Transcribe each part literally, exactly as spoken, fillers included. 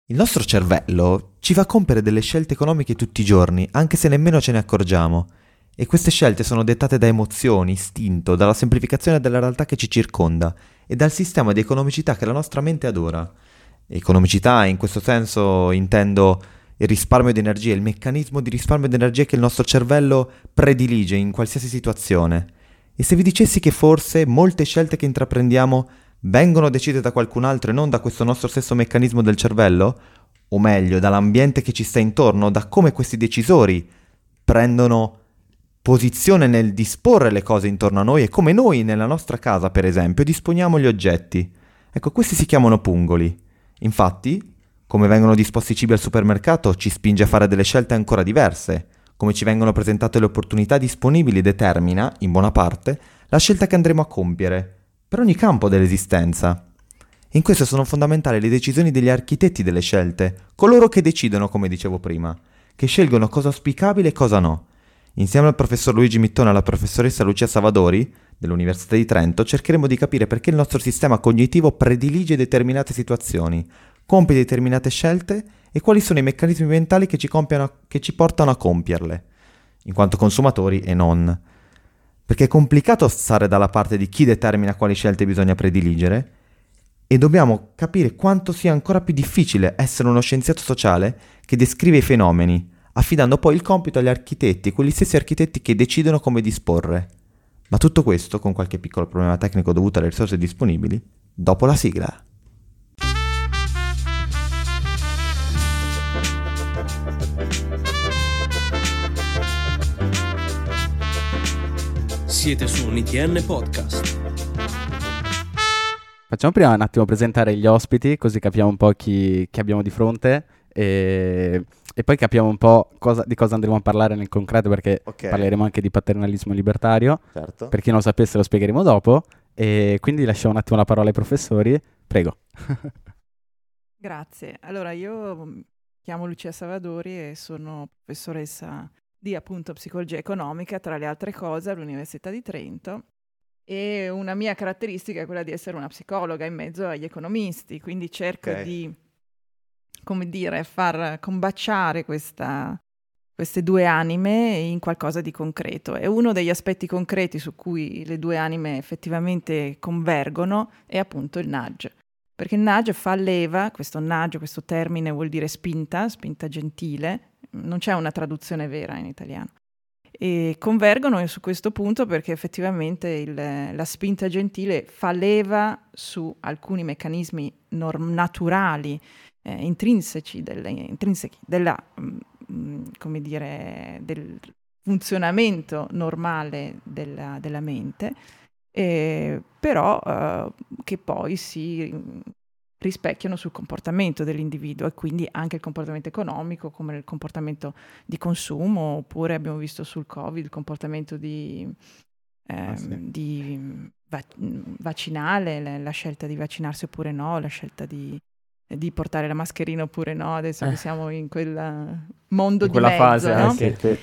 Il nostro cervello ci fa compiere delle scelte economiche tutti i giorni, anche se nemmeno ce ne accorgiamo. E queste scelte sono dettate da emozioni, istinto, dalla semplificazione della realtà che ci circonda e dal sistema di economicità che la nostra mente adora. Economicità, in questo senso, intendo il risparmio di energia, il meccanismo di risparmio di energia che il nostro cervello predilige in qualsiasi situazione. E se vi dicessi che forse molte scelte che intraprendiamo vengono decise da qualcun altro e non da questo nostro stesso meccanismo del cervello? O meglio, dall'ambiente che ci sta intorno, da come questi decisori prendono posizione nel disporre le cose intorno a noi e come noi nella nostra casa, per esempio, disponiamo gli oggetti. Ecco, questi si chiamano pungoli. Infatti, come vengono disposti i cibi al supermercato ci spinge a fare delle scelte ancora diverse. Come ci vengono presentate le opportunità disponibili determina, in buona parte, la scelta che andremo a compiere, per ogni campo dell'esistenza. In questo sono fondamentali le decisioni degli architetti delle scelte, coloro che decidono, come dicevo prima, che scelgono cosa auspicabile e cosa no. Insieme al professor Luigi Mittone e alla professoressa Lucia Savadori, dell'Università di Trento, cercheremo di capire perché il nostro sistema cognitivo predilige determinate situazioni, compie determinate scelte e quali sono i meccanismi mentali che ci, compiono, che ci portano a compierle, in quanto consumatori e non. Perché è complicato stare dalla parte di chi determina quali scelte bisogna prediligere e dobbiamo capire quanto sia ancora più difficile essere uno scienziato sociale che descrive i fenomeni, affidando poi il compito agli architetti, quegli stessi architetti che decidono come disporre. Ma tutto questo, con qualche piccolo problema tecnico dovuto alle risorse disponibili, dopo la sigla. Siete su un I T N Podcast. Facciamo prima un attimo presentare gli ospiti, così capiamo un po' chi, chi abbiamo di fronte e, e poi capiamo un po' cosa, di cosa andremo a parlare nel concreto, perché Ok. parleremo anche di paternalismo libertario. Certo. Per chi non lo sapesse lo spiegheremo dopo, e quindi lasciamo un attimo la parola ai professori. Prego. Grazie. Allora, io mi chiamo Lucia Savadori e sono professoressa di appunto psicologia economica, tra le altre cose, all'Università di Trento. E una mia caratteristica è quella di essere una psicologa in mezzo agli economisti, quindi cerco Ok. di, come dire, far combaciare questa, queste due anime in qualcosa di concreto. E uno degli aspetti concreti su cui le due anime effettivamente convergono è appunto il nudge. Perché il nudge fa leva, questo nudge, questo termine vuol dire spinta, spinta gentile, non c'è una traduzione vera in italiano. E convergono su questo punto perché effettivamente il, la spinta gentile fa leva su alcuni meccanismi norm- naturali, eh, intrinseci, delle, intrinseci della, mh, come dire, del funzionamento normale della, della mente, eh, però eh, che poi si rispecchiano sul comportamento dell'individuo e quindi anche il comportamento economico, come il comportamento di consumo, oppure abbiamo visto sul Covid il comportamento di, ehm, Ah, sì. di vac- vaccinale, la, la scelta di vaccinarsi oppure no, la scelta di, di portare la mascherina oppure no, adesso Eh. che siamo in quel mondo In di quella mezzo, fase, no? eh, sì, sì.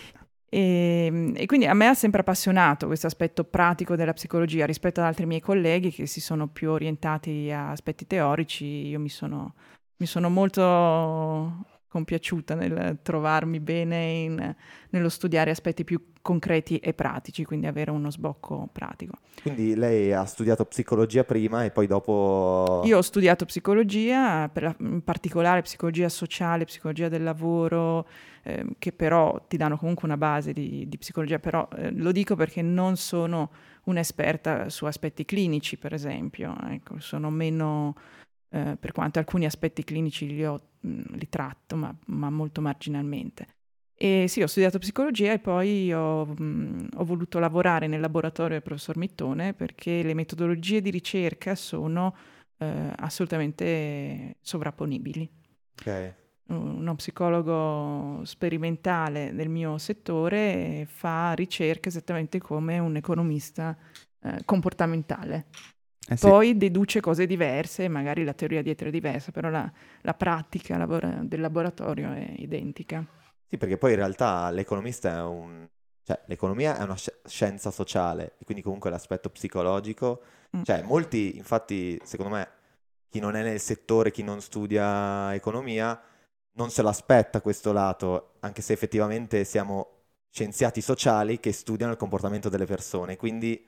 E, e quindi a me ha sempre appassionato questo aspetto pratico della psicologia rispetto ad altri miei colleghi che si sono più orientati a aspetti teorici. Io mi sono, mi sono molto compiaciuta nel trovarmi bene in- nello studiare aspetti più concreti e pratici, quindi avere uno sbocco pratico. Quindi lei ha studiato psicologia prima e poi dopo... Io ho studiato psicologia, per la- in particolare psicologia sociale, psicologia del lavoro, ehm, che però ti danno comunque una base di, di psicologia, però eh, lo dico perché non sono un'esperta su aspetti clinici, per esempio, ecco, sono meno, eh, per quanto alcuni aspetti clinici li, ho, mh, li tratto, ma, ma molto marginalmente. E sì, ho studiato psicologia e poi ho, mh, ho voluto lavorare nel laboratorio del professor Mittone perché le metodologie di ricerca sono eh, assolutamente sovrapponibili. Ok. Uno psicologo sperimentale nel mio settore fa ricerca esattamente come un economista eh, comportamentale. Eh sì. Poi deduce cose diverse, magari la teoria dietro è diversa, però la, la pratica lavora- del laboratorio è identica. Sì, perché poi in realtà l'economista è un... cioè l'economia è una sci- scienza sociale e quindi comunque l'aspetto psicologico... Mm. Cioè molti, infatti, secondo me, chi non è nel settore, chi non studia economia, non se lo aspetta questo lato, anche se effettivamente siamo scienziati sociali che studiano il comportamento delle persone, quindi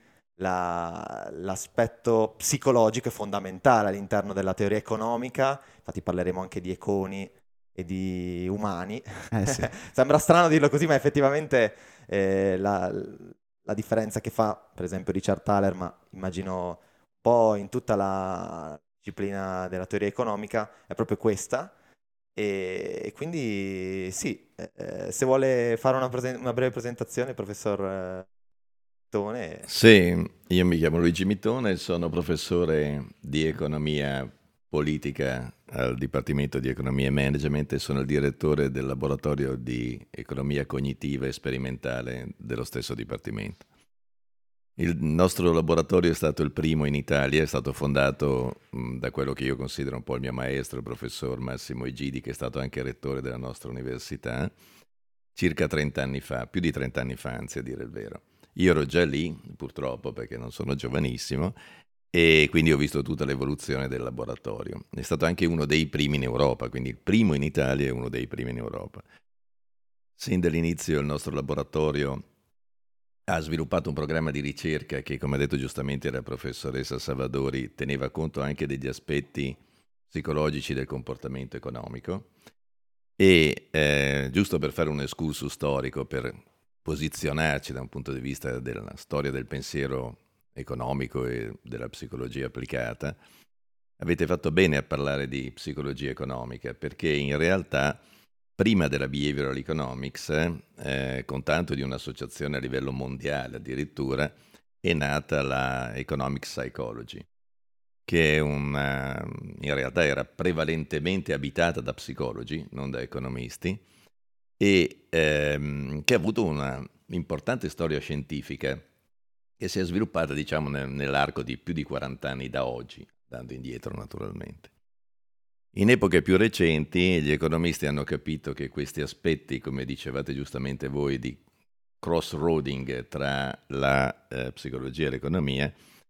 la- l'aspetto psicologico è fondamentale all'interno della teoria economica, infatti parleremo anche di econi e di umani. Eh sì. Sembra strano dirlo così, ma effettivamente eh, la, la differenza che fa, per esempio, Richard Thaler, ma immagino un po' in tutta la disciplina della teoria economica, è proprio questa. E, e quindi sì, eh, eh, se vuole fare una, presen- una breve presentazione, professor eh, Tone. Sì, io mi chiamo Luigi Mittone, sono professore di economia politica al Dipartimento di Economia e Management e sono il direttore del laboratorio di economia cognitiva e sperimentale dello stesso dipartimento. Il nostro laboratorio è stato il primo in Italia, è stato fondato mh, da quello che io considero un po' il mio maestro, il professor Massimo Egidi, che è stato anche rettore della nostra università, circa trenta anni fa, più di trenta anni fa, anzi a dire il vero. Io ero già lì, purtroppo, perché non sono giovanissimo, e quindi ho visto tutta l'evoluzione del laboratorio. È stato anche uno dei primi in Europa, quindi il primo in Italia e uno dei primi in Europa. Sin dall'inizio il nostro laboratorio ha sviluppato un programma di ricerca che, come ha detto giustamente la professoressa Savadori, teneva conto anche degli aspetti psicologici del comportamento economico e, eh, giusto per fare un excursus storico, per posizionarci da un punto di vista della storia del pensiero economico e della psicologia applicata, avete fatto bene a parlare di psicologia economica, perché in realtà prima della behavioral economics, eh, con tanto di un'associazione a livello mondiale addirittura, è nata la economic psychology, che è una, in realtà era prevalentemente abitata da psicologi, non da economisti, e ehm, che ha avuto una importante storia scientifica che si è sviluppata, diciamo, nel- nell'arco di più di quaranta anni da oggi, andando indietro naturalmente. In epoche più recenti gli economisti hanno capito che questi aspetti, come dicevate giustamente voi, di crossroading tra la eh, psicologia e l'economia,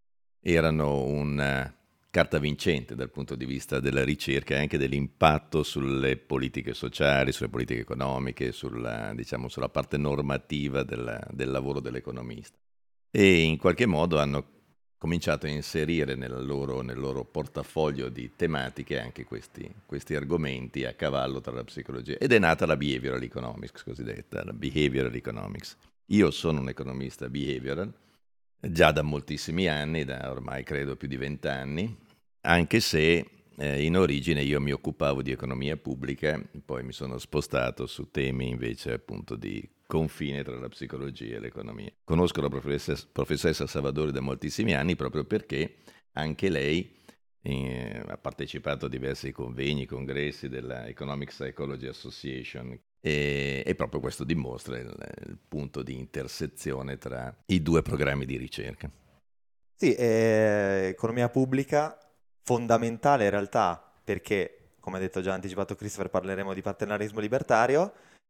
erano una carta vincente dal punto di vista della ricerca e anche dell'impatto sulle politiche sociali, sulle politiche economiche, sulla, diciamo, sulla parte normativa della- del lavoro dell'economista. E in qualche modo hanno cominciato a inserire nel loro, nel loro portafoglio di tematiche anche questi, questi argomenti a cavallo tra la psicologia. Ed è nata la behavioral economics cosiddetta, la behavioral economics. Io sono un economista behavioral, già da moltissimi anni, da ormai credo più di vent'anni, anche se eh, in origine io mi occupavo di economia pubblica, poi mi sono spostato su temi invece appunto di confine tra la psicologia e l'economia. Conosco la professoressa, professoressa Savadori da moltissimi anni proprio perché anche lei eh, ha partecipato a diversi convegni, congressi della Economic Psychology Association e, e proprio questo dimostra il, il punto di intersezione tra i due programmi di ricerca. Sì, eh, economia pubblica fondamentale in realtà perché, come ha detto già anticipato Christopher, parleremo di partenariatismo libertario.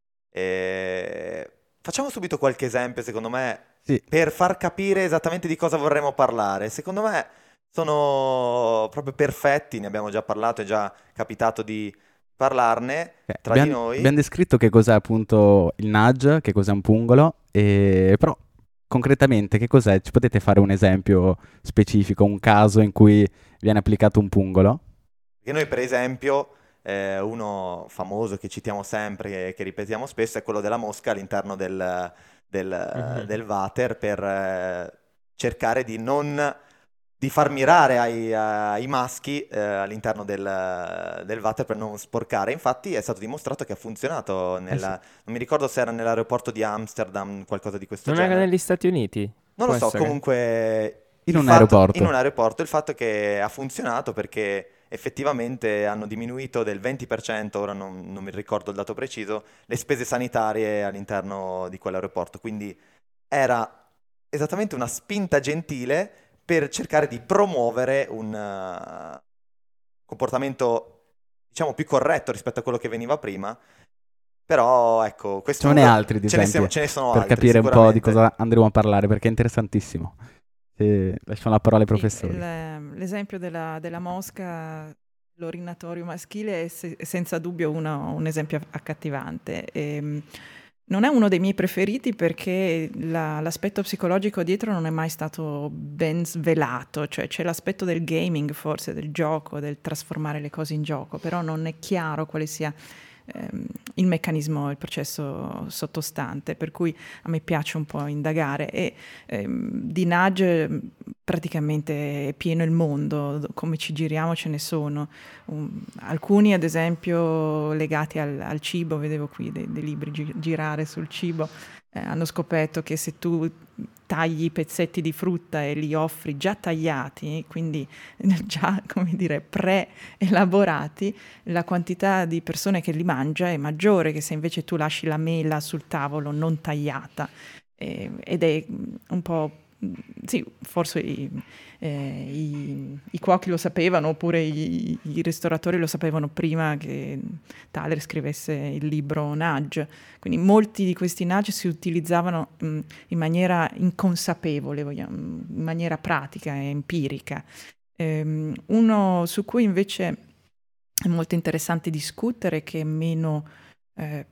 Eh, facciamo subito qualche esempio, secondo me, Sì. per far capire esattamente di cosa vorremmo parlare. Secondo me sono proprio perfetti, ne abbiamo già parlato, è già capitato di parlarne Ok, tra di abbiamo, noi. abbiamo descritto che cos'è appunto il nudge, che cos'è un pungolo, e però concretamente che cos'è? Ci potete fare un esempio specifico, un caso in cui viene applicato un pungolo? Che noi, per esempio, eh, uno famoso che citiamo sempre, che, che ripetiamo spesso, è quello della mosca all'interno del, del, Mhm. del water per eh, cercare di non di far mirare ai, ai maschi eh, all'interno del, del water per non sporcare. Infatti è stato dimostrato che ha funzionato Eh sì. nella, non mi ricordo se era nell'aeroporto di Amsterdam, qualcosa di questo Non era genere. negli Stati Uniti? Non Può lo so, essere? comunque In il un fatto- aeroporto. in un aeroporto il fatto è che ha funzionato perché effettivamente hanno diminuito del venti per cento, ora non, non mi ricordo il dato preciso, le spese sanitarie all'interno di quell'aeroporto. Quindi era esattamente una spinta gentile per cercare di promuovere un uh, comportamento, diciamo, più corretto rispetto a quello che veniva prima. Però, ecco, questo Ce ne uno- altri di ce ne, esempi siamo- ce ne sono per altri, capire un po' di sicuramente. cosa andremo a parlare, perché è interessantissimo. Sì, lasciamo la parola ai Sì, professori. il- l'esempio della, della mosca, l'orinatorio maschile, è se- senza dubbio uno- un esempio accattivante. Ehm, non è uno dei miei preferiti perché la- l'aspetto psicologico dietro non è mai stato ben svelato, cioè c'è l'aspetto del gaming forse, del gioco, del trasformare le cose in gioco, però non è chiaro quale sia ehm, il meccanismo, il processo sottostante, per cui a me piace un po' indagare e ehm, di nudge mh, praticamente è pieno il mondo, do- come ci giriamo ce ne sono. Um, alcuni ad esempio legati al, al cibo, vedevo qui dei, dei libri gi- girare sul cibo, eh, hanno scoperto che se tu tagli i pezzetti di frutta e li offri già tagliati, quindi già come dire pre-elaborati, la quantità di persone che li mangia è maggiore che se invece tu lasci la mela sul tavolo non tagliata. Eh, ed è mm, un po', mm, sì, forse i, eh, i, i cuochi lo sapevano, oppure i, i ristoratori lo sapevano prima che Thaler scrivesse il libro Nudge. Quindi molti di questi nudge si utilizzavano mh, in maniera inconsapevole, vogliamo, in maniera pratica e empirica. Ehm, uno su cui invece è molto interessante discutere, che è meno eh,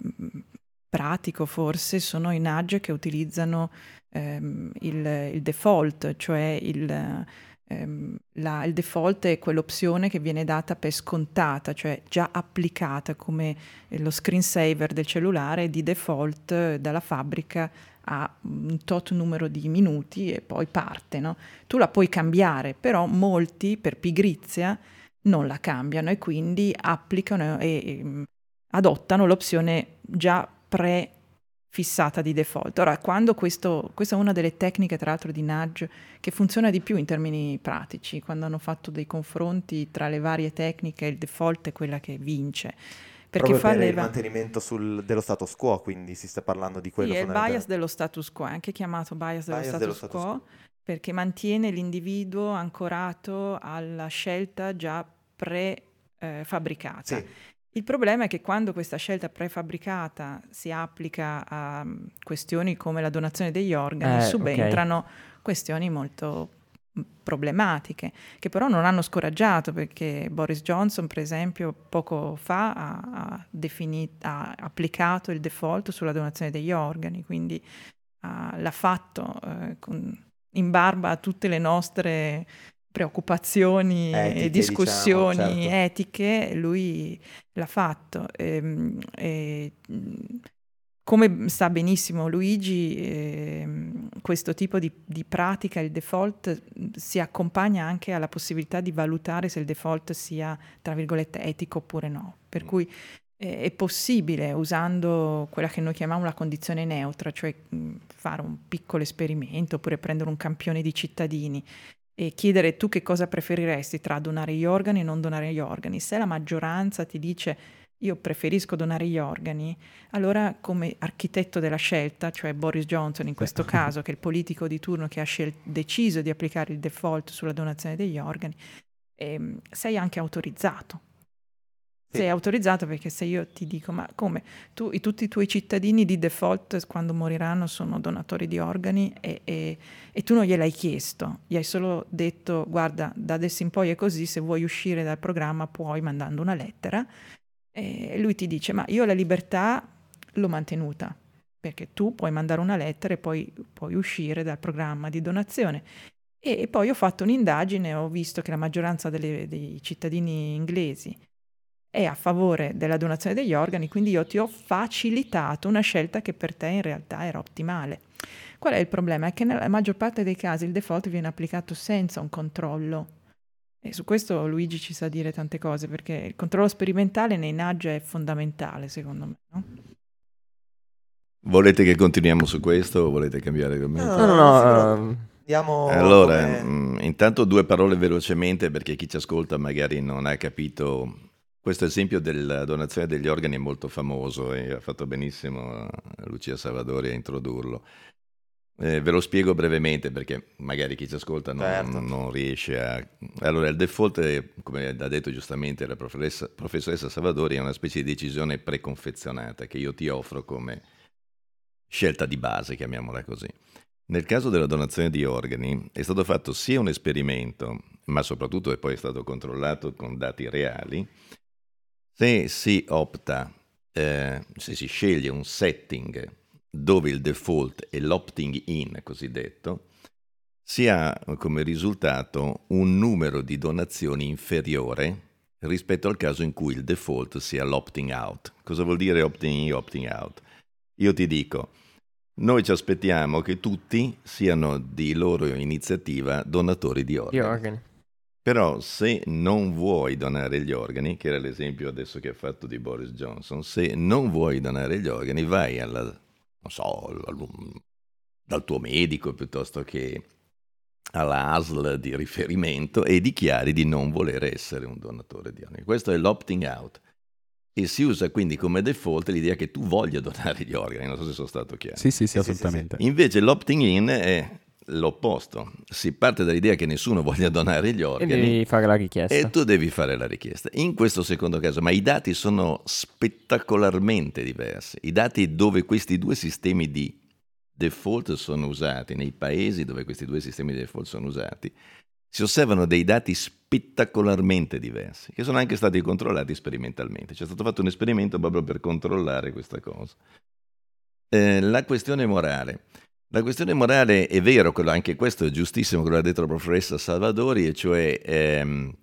pratico forse, sono i nudge che utilizzano ehm, il, il default, cioè il, ehm, la- il default è quell'opzione che viene data per scontata, cioè già applicata come lo screensaver del cellulare di default eh, dalla fabbrica a un tot numero di minuti e poi parte, no? Tu la puoi cambiare, però molti per pigrizia non la cambiano e quindi applicano e, e adottano l'opzione già prefissata di default. Ora, quando questo, questa è una delle tecniche, tra l'altro, di nudge che funziona di più in termini pratici, quando hanno fatto dei confronti tra le varie tecniche, il default è quella che vince. Perché Proprio fa per il leva... mantenimento sul- dello status quo, quindi si sta parlando di quello Sì, è il bias fondamentalmente. dello status quo, è anche chiamato bias dello Bias status dello status quo, quo. perché mantiene l'individuo ancorato alla scelta già prefabbricata. Sì, Il problema è che quando questa scelta prefabbricata si applica a mm, questioni come la donazione degli organi, Eh, subentrano questioni molto mm, problematiche, che però non hanno scoraggiato, perché Boris Johnson, per esempio, poco fa ha, ha defini- ha applicato il default sulla donazione degli organi, quindi ah, l'ha fatto eh, con- in barba a tutte le nostre preoccupazioni etiche, e discussioni diciamo, certo. etiche, lui l'ha fatto. Ehm, e, mh, come sa benissimo Luigi, ehm, questo tipo di, di pratica, il default, mh, si accompagna anche alla possibilità di valutare se il default sia, tra virgolette, etico oppure no. Per Mm. cui eh, è possibile, usando quella che noi chiamiamo la condizione neutra, cioè mh, fare un piccolo esperimento oppure prendere un campione di cittadini e chiedere tu che cosa preferiresti tra donare gli organi e non donare gli organi. Se la maggioranza ti dice io preferisco donare gli organi, allora come architetto della scelta, cioè Boris Johnson in questo caso, che è il politico di turno che ha scel- deciso di applicare il default sulla donazione degli organi, ehm, sei anche autorizzato. Sì. Sei autorizzato perché se io ti dico, ma come? Tu, i- tutti i tuoi cittadini di default quando moriranno sono donatori di organi e, e- e tu non gliel'hai chiesto, gli hai solo detto, guarda, da adesso in poi è così, se vuoi uscire dal programma puoi mandando una lettera. E lui ti dice, ma io la libertà l'ho mantenuta, perché tu puoi mandare una lettera e poi puoi uscire dal programma di donazione. E, e poi ho fatto un'indagine e ho visto che la maggioranza delle- dei cittadini inglesi è a favore della donazione degli organi, quindi io ti ho facilitato una scelta che per te in realtà era ottimale. Qual è il problema? È che nella maggior parte dei casi il default viene applicato senza un controllo. E su questo Luigi ci sa dire tante cose, perché il controllo sperimentale nei nudge è fondamentale, secondo me, no? Volete che continuiamo su questo o volete cambiare argomento? No, No, no, sicuro- no, Andiamo Allora, come- mh, intanto due parole velocemente perché chi ci ascolta magari non ha capito. Questo esempio della donazione degli organi è molto famoso e ha fatto benissimo Lucia Savadori a introdurlo. Eh, ve lo spiego brevemente perché magari chi ci ascolta non, Certo. non riesce a... Allora, il default, è, come ha detto giustamente la professoressa, professoressa Savadori, è una specie di decisione preconfezionata che io ti offro come scelta di base, chiamiamola così. Nel caso della donazione di organi è stato fatto sia un esperimento, ma soprattutto e poi è stato controllato con dati reali, se si opta, eh, se si sceglie un setting dove il default è l'opting in cosiddetto, si ha come risultato un numero di donazioni inferiore rispetto al caso in cui il default sia l'opting out. Cosa vuol dire opting in, opting out? Io ti dico, noi ci aspettiamo che tutti siano di loro iniziativa donatori di organi. Di organi. Però se non vuoi donare gli organi, che era l'esempio adesso che ha fatto di Boris Johnson, se non vuoi donare gli organi vai alla, non so, al, dal tuo medico piuttosto che alla A S L di riferimento e dichiari di non voler essere un donatore di organi. Questo è l'opting out. E si usa quindi come default l'idea che tu voglia donare gli organi, non so se sono stato chiaro. Sì, sì, sì, Sì, assolutamente. sì, sì. Invece l'opting in è l'opposto, si parte dall'idea che nessuno voglia donare gli E organi devi fare la richiesta. e tu devi fare la richiesta. In questo secondo caso, ma i dati sono spettacolarmente diversi, i dati dove questi due sistemi di default sono usati, nei paesi dove questi due sistemi di default sono usati, si osservano dei dati spettacolarmente diversi, che sono anche stati controllati sperimentalmente. C'è stato fatto un esperimento proprio per controllare questa cosa. Eh, la questione morale. La questione morale è vero, quello, anche questo è giustissimo, quello che ha detto la professoressa Salvadori, e cioè ehm,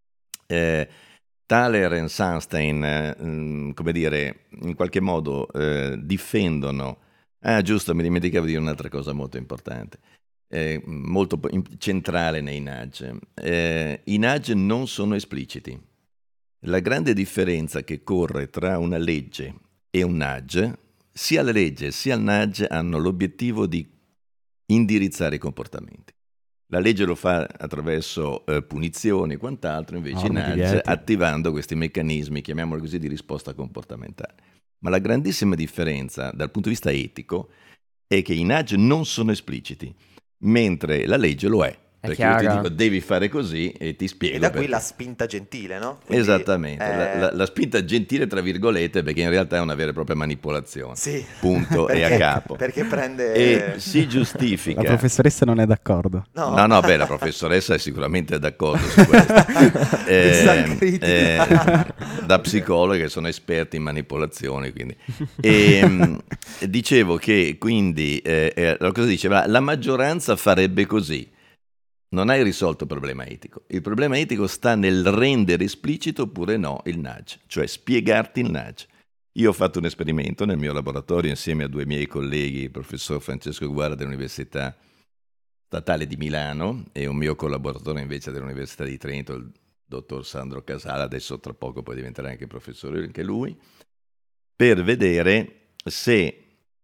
eh, Thaler e Sunstein, eh, come dire, in qualche modo eh, difendono. Ah, giusto, mi dimenticavo di dire un'altra cosa molto importante. Eh, molto centrale nei nudge. Eh, I nudge non sono espliciti. La grande differenza che corre tra una legge e un nudge, sia la legge sia il nudge hanno l'obiettivo di indirizzare i comportamenti. La legge lo fa attraverso eh, punizioni e quant'altro, invece i Norme, nudge divieti. attivando questi meccanismi, chiamiamoli così, di risposta comportamentale. Ma la grandissima differenza dal punto di vista etico è che i nudge non sono espliciti, mentre la legge lo è. È Perché io ti chiara. dico devi fare così e ti spiego. E da qui perché. la spinta gentile, no? Quindi, Esattamente, eh, la, la- la spinta gentile tra virgolette, perché in realtà è una vera e propria manipolazione. Sì. Punto e a Perché- capo. Perché prende... E si La giustifica. professoressa non è d'accordo. No, No, no, beh, la professoressa è sicuramente d'accordo su questo. Questa critica. Da psicologi che sono esperti in manipolazione, quindi. E, mh, dicevo che quindi, eh, eh, la cosa diceva, la maggioranza farebbe così. Non hai risolto il problema etico. Il problema etico sta nel rendere esplicito oppure no il nudge, cioè spiegarti il nudge. Io ho fatto un esperimento nel mio laboratorio insieme a due miei colleghi, il professor Francesco Guarda dell'Università Statale di Milano e un mio collaboratore invece dell'Università di Trento, il dottor Sandro Casala, adesso tra poco poi diventerà anche professore anche lui, per vedere se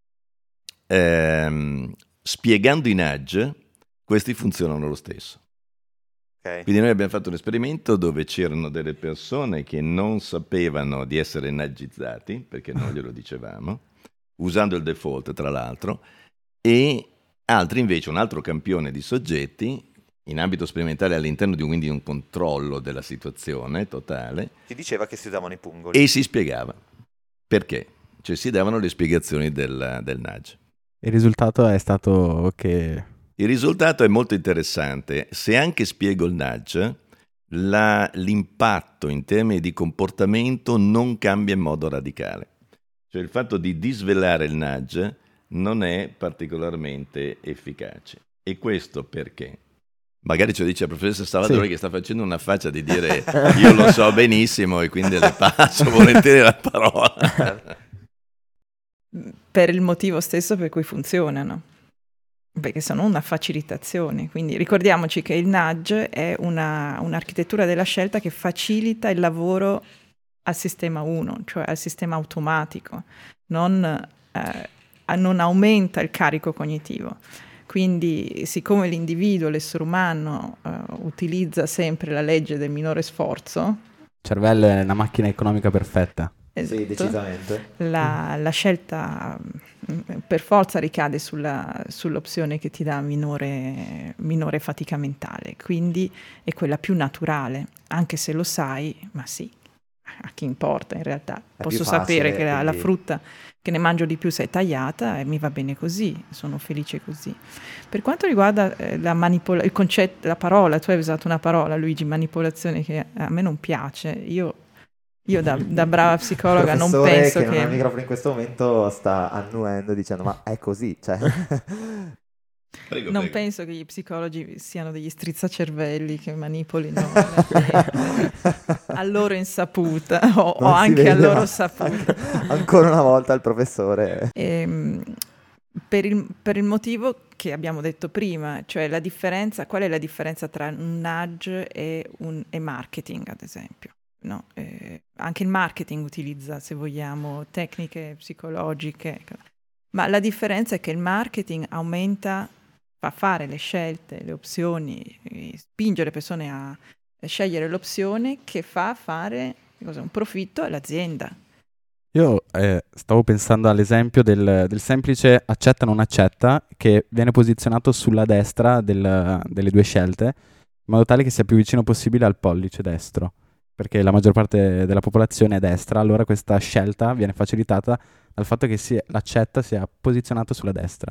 ehm, spiegando i nudge questi funzionano lo stesso. Ok. Quindi noi abbiamo fatto un esperimento dove c'erano delle persone che non sapevano di essere nudgizzati, perché non glielo dicevamo, usando il default tra l'altro, e altri invece, un altro campione di soggetti, in ambito sperimentale all'interno di un, quindi un controllo della situazione totale, Ti diceva che si usavano i pungoli. e si spiegava. Perché? Cioè si davano le spiegazioni del, del nudge. Il risultato è stato che... Il risultato è molto interessante. Se anche spiego il nudge, la- l'impatto in termini di comportamento non cambia in modo radicale. Cioè il fatto di disvelare il nudge non è particolarmente efficace. E questo perché? Magari ce lo dice la professoressa Salvadori Sì. che sta facendo una faccia di dire io lo so benissimo e quindi le passo volentieri la parola. Per il motivo stesso per cui funzionano, perché sono una facilitazione. Quindi ricordiamoci che il nudge è una, un'architettura della scelta che facilita il lavoro al sistema uno, cioè al sistema automatico, non, eh, non aumenta il carico cognitivo. Quindi siccome l'individuo, l'essere umano, eh, utilizza sempre la legge del minore sforzo, Il cervello è una macchina economica perfetta. Sì, esatto, decisamente. la, la scelta mh, per forza ricade sulla, sull'opzione che ti dà minore, minore fatica mentale, quindi è quella più naturale, anche se lo sai, ma sì. a chi importa in realtà, È posso più sapere facile, che la, la quindi- frutta che ne mangio di più se è tagliata e mi va bene così, sono felice così. Per quanto riguarda eh, la manipola- il concetto, la parola, tu hai usato una parola, Luigi, manipolazione, che a me non piace. Io, io da, da brava psicologa non Professore penso che non ha il che... microfono in questo momento sta annuendo dicendo ma è così, cioè... Prego, Non prego. penso che gli psicologi siano degli strizzacervelli che manipolino la gente a loro insaputa o, o Non si anche a vede, loro ma- saputa. Ancora una volta il professore... Ehm, per, il, per il motivo che abbiamo detto prima, cioè la differenza, qual è la differenza tra un nudge e, un, e marketing, ad esempio? No? Eh, anche il marketing utilizza, se vogliamo, tecniche psicologiche, ma la differenza è che il marketing aumenta, fa fare le scelte, le opzioni, eh, spinge le persone a scegliere l'opzione che fa fare cosa, un profitto all'azienda. Io eh, stavo pensando all'esempio del, del semplice accetta non accetta che viene posizionato sulla destra del- delle due scelte in modo tale che sia più vicino possibile al pollice destro, perché la maggior parte della popolazione è destra, allora questa scelta viene facilitata dal fatto che si, l'accetta sia posizionato sulla destra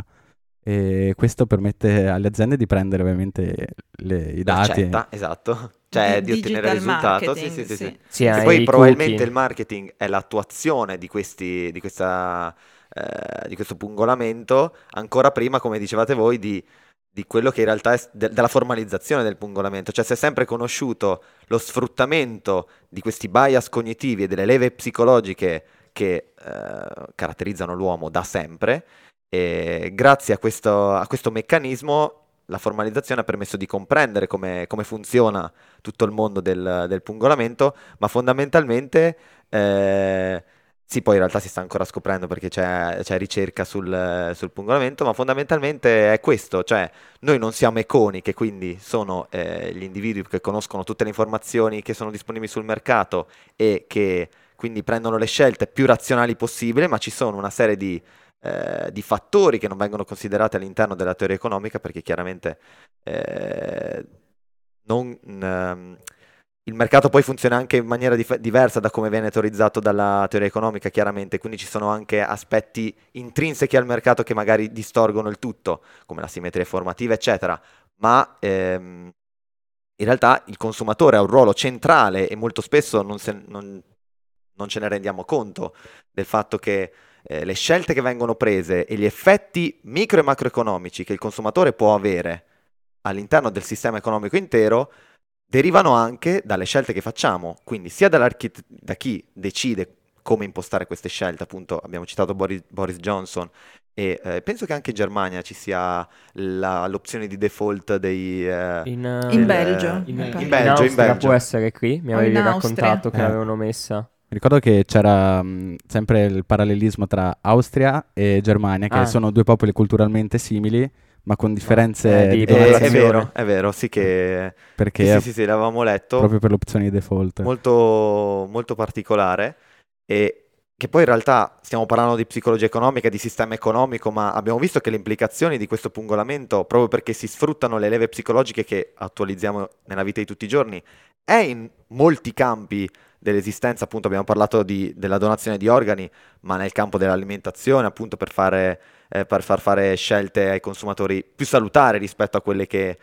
e questo permette alle aziende di prendere ovviamente le- i dati. L'accetta, esatto. Cioè Di- di ottenere il digital risultato. Sì, marketing, sì, sì, sì. sì. Sì, E hai poi i probabilmente cookie. il marketing è l'attuazione di questi, di questa, eh, di questo pungolamento, ancora prima, come dicevate voi, di, di quello che in realtà è s- de- della formalizzazione del pungolamento. Cioè si è sempre conosciuto lo sfruttamento di questi bias cognitivi e delle leve psicologiche che eh, caratterizzano l'uomo da sempre. E grazie a questo, a questo meccanismo la formalizzazione ha permesso di comprendere come, come funziona tutto il mondo del, del pungolamento, ma fondamentalmente eh, sì, poi in realtà si sta ancora scoprendo perché c'è, c'è ricerca sul, sul pungolamento, ma fondamentalmente è questo, cioè noi non siamo iconi, che quindi sono eh, gli individui che conoscono tutte le informazioni che sono disponibili sul mercato e che quindi prendono le scelte più razionali possibile, ma ci sono una serie di eh, di fattori che non vengono considerati all'interno della teoria economica perché chiaramente eh, non, ehm, il mercato poi funziona anche in maniera dif- diversa da come viene teorizzato dalla teoria economica, chiaramente, quindi ci sono anche aspetti intrinseci al mercato che magari distorgono il tutto, come la simmetria formativa, eccetera, ma ehm, in realtà il consumatore ha un ruolo centrale e molto spesso non, se- non- non ce ne rendiamo conto del fatto che eh, le scelte che vengono prese e gli effetti micro e macroeconomici che il consumatore può avere all'interno del sistema economico intero derivano anche dalle scelte che facciamo, quindi sia dall'archit- da chi decide come impostare queste scelte, appunto abbiamo citato Boris, Boris Johnson e eh, penso che anche in Germania ci sia la- l'opzione di default dei... eh, In, eh, In del- Belgio, in, mi in pare. in Belgio, in Austria Belgio. può essere qui, mi O avevi in raccontato Austria. che Eh. l'avevano messa. Mi ricordo che c'era mh, sempre il parallelismo tra Austria e Germania, che Ah. sono due popoli culturalmente simili, ma con differenze eh, di di Eh, popolazione. è popolazione, vero, è vero, sì che... perché Sì, sì, sì, sì, l'avevamo letto. proprio per l'opzione di default. molto, molto particolare e che poi in realtà stiamo parlando di psicologia economica, di sistema economico, ma abbiamo visto che le implicazioni di questo pungolamento, proprio perché si sfruttano le leve psicologiche che attualizziamo nella vita di tutti i giorni, è in molti campi dell'esistenza, appunto abbiamo parlato di- della donazione di organi, ma nel campo dell'alimentazione, appunto per fare, eh, per far fare scelte ai consumatori più salutari rispetto a quelle che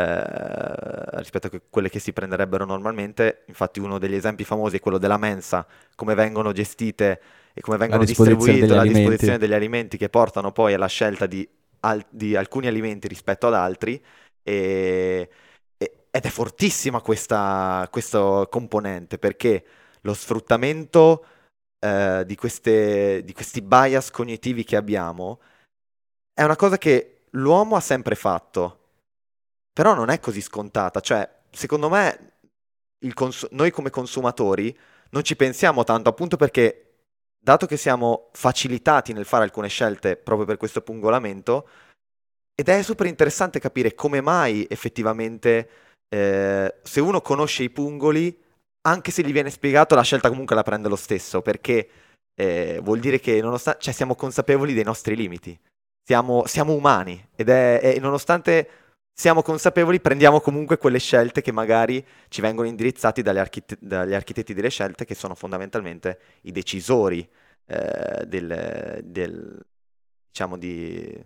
eh, rispetto a que- quelle che si prenderebbero normalmente. Infatti uno degli esempi famosi è quello della mensa, come vengono gestite e come vengono disposizione distribuite degli la alimenti. disposizione degli alimenti che portano poi alla scelta di, al- di alcuni alimenti rispetto ad altri e- e- ed è fortissima questa, questo componente perché lo sfruttamento eh, di queste- di questi bias cognitivi che abbiamo è una cosa che l'uomo ha sempre fatto, però non è così scontata, cioè, secondo me, il cons- noi come consumatori non ci pensiamo tanto, appunto perché, dato che siamo facilitati nel fare alcune scelte proprio per questo pungolamento, ed è super interessante capire come mai effettivamente, eh, se uno conosce i pungoli, anche se gli viene spiegato, la scelta comunque la prende lo stesso, perché eh, vuol dire che nonostante, cioè, siamo consapevoli dei nostri limiti, siamo, siamo umani, ed è, e nonostante siamo consapevoli, prendiamo comunque quelle scelte che magari ci vengono indirizzati dagli, archite- dagli architetti delle scelte, che sono fondamentalmente i decisori eh, del, del, diciamo di...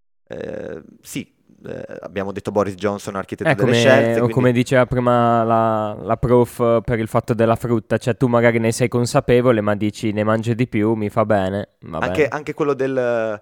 Eh, sì, eh, abbiamo detto Boris Johnson, architetto È delle come, scelte, o quindi... come diceva prima la, la prof per il fatto della frutta, cioè tu magari ne sei consapevole ma dici ne mangio di più, mi fa bene, va Anche, bene. anche quello del,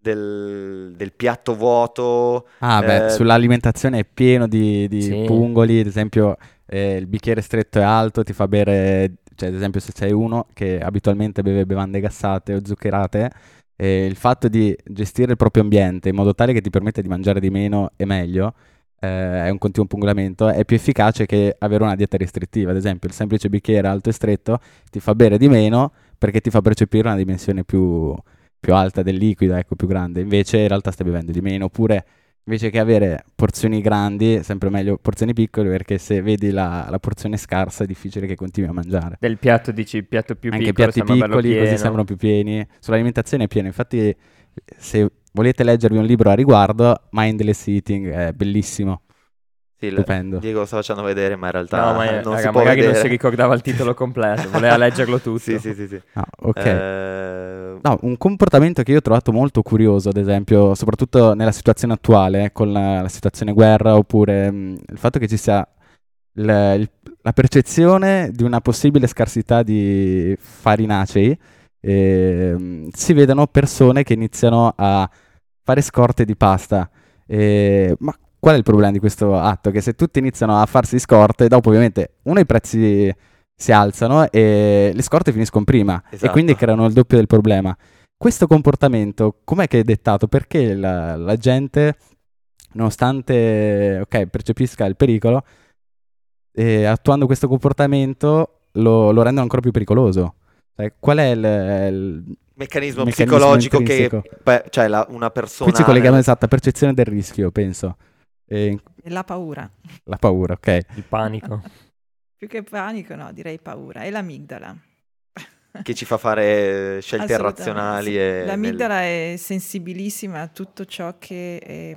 del, del piatto vuoto. Ah, beh, eh, sull'alimentazione è pieno di, di Sì. pungoli, ad esempio eh, il bicchiere stretto e alto ti fa bere, cioè ad esempio se sei uno che abitualmente beve bevande gassate o zuccherate, eh, il fatto di gestire il proprio ambiente in modo tale che ti permette di mangiare di meno e meglio, eh, è un continuo pungolamento, è più efficace che avere una dieta restrittiva. Ad esempio il semplice bicchiere alto e stretto ti fa bere di meno perché ti fa percepire una dimensione più, più alta del liquido, ecco, più grande. Invece in realtà stai bevendo di meno, oppure invece che avere porzioni grandi, è sempre meglio porzioni piccole, perché se vedi la, la porzione scarsa è difficile che continui a mangiare. Del piatto dici il piatto più Anche piccolo piatti sembra bello piccoli così pieno. sembrano più pieni. Sull'alimentazione è pieno. Infatti, se volete leggervi un libro a riguardo, Mindless Eating è bellissimo. sì, il- Stupendo. Diego lo sta facendo vedere, ma in realtà No, ma non raga, si può magari vedere. non si ricordava il titolo completo, voleva leggerlo tutto. Sì, sì, sì, sì. Ah, ok. Eh, No, un comportamento che io ho trovato molto curioso, ad esempio, soprattutto nella situazione attuale, con la, la situazione guerra, oppure mh, il fatto che ci sia il- il- la percezione di una possibile scarsità di farinacei, e, mh, si vedono persone che iniziano a fare scorte di pasta. E- ma qual è il problema di questo atto? Che se tutti iniziano a farsi scorte, dopo ovviamente uno i prezzi si alzano e le scorte finiscono prima e Esatto. quindi creano il doppio del problema. Questo comportamento, com'è che è dettato? Perché la, la gente, nonostante ok, percepisca il pericolo, eh, attuando questo comportamento lo, lo rendono ancora più pericoloso? Cioè, qual è il, il meccanismo, meccanismo psicologico intrinseco? che pe- cioè la- una persona Qui ci colleghiamo nel- esatto, percezione del rischio, penso. E E la paura. la paura, ok. Il panico. Più che panico, no, direi paura. È l'amigdala. che ci fa fare scelte Assolutamente, irrazionali. sì. E L'amigdala è sensibilissima a tutto ciò che è,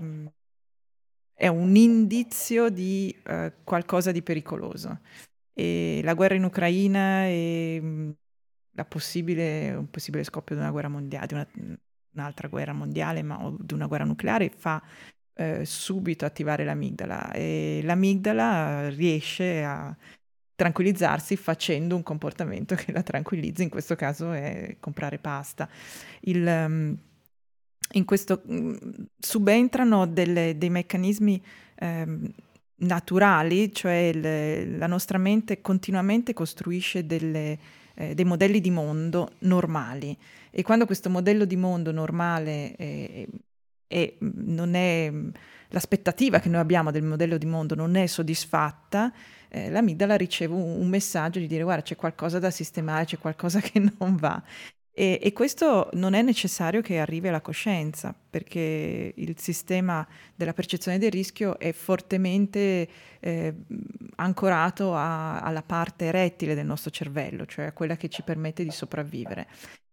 è un indizio di eh, qualcosa di pericoloso. E la guerra in Ucraina e mh, la possibile, un possibile scoppio di una guerra mondiale, di una, un'altra guerra mondiale, ma o di una guerra nucleare, fa eh, subito attivare l'amigdala. E l'amigdala riesce a tranquillizzarsi facendo un comportamento che la tranquillizza, in questo caso è comprare pasta. Il, um, in questo um, subentrano delle, dei meccanismi um, naturali, cioè il, la nostra mente continuamente costruisce delle, eh, dei modelli di mondo normali, e quando questo modello di mondo normale è, è, non è l'aspettativa che noi abbiamo del modello di mondo non è soddisfatta, eh, l'amigdala riceve un, un messaggio di dire guarda c'è qualcosa da sistemare, c'è qualcosa che non va. E, e questo non è necessario che arrivi alla coscienza, perché il sistema della percezione del rischio è fortemente eh, ancorato a, alla parte rettile del nostro cervello, cioè a quella che ci permette di sopravvivere.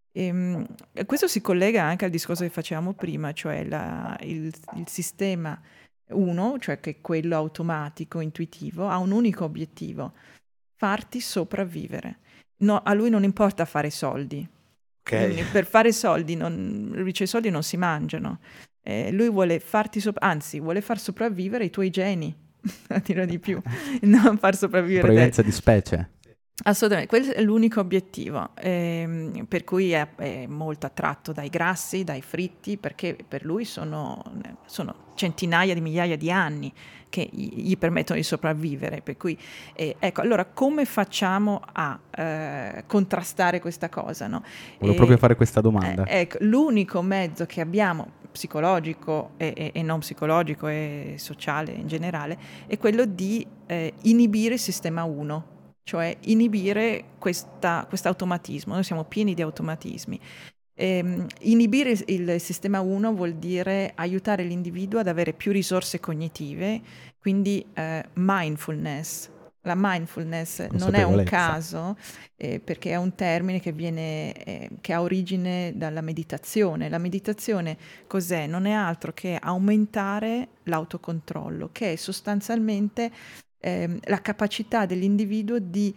E, questo si collega anche al discorso che facevamo prima, cioè la, il, il sistema uno, cioè che è quello automatico, intuitivo, ha un unico obiettivo: farti sopravvivere. No, a lui non importa fare soldi. Okay. Per fare soldi, non, i soldi non si mangiano. Eh, lui vuole farti sopra- anzi, vuole far sopravvivere i tuoi geni, a dire di più, non far sopravvivere Sopravvivenza te. di specie. Assolutamente, quello è l'unico obiettivo, ehm, per cui è, è molto attratto dai grassi, dai fritti, perché per lui sono, sono centinaia di migliaia di anni che gli permettono di sopravvivere. Per cui, eh, ecco, allora come facciamo a eh, contrastare questa cosa? No? Volevo E, proprio fare questa domanda. Eh, ecco, l'unico mezzo che abbiamo, psicologico e, e, e non psicologico e sociale in generale, è quello di eh, inibire il sistema uno. Cioè inibire questa, questo automatismo. Noi siamo pieni di automatismi. Ehm, inibire il sistema uno vuol dire aiutare l'individuo ad avere più risorse cognitive, quindi eh, mindfulness, La mindfulness non è un Consapevolezza. caso, eh, perché è un termine che viene, eh, che ha origine dalla meditazione. La meditazione cos'è? Non è altro che aumentare l'autocontrollo, che è sostanzialmente ehm, la capacità dell'individuo di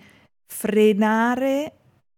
frenare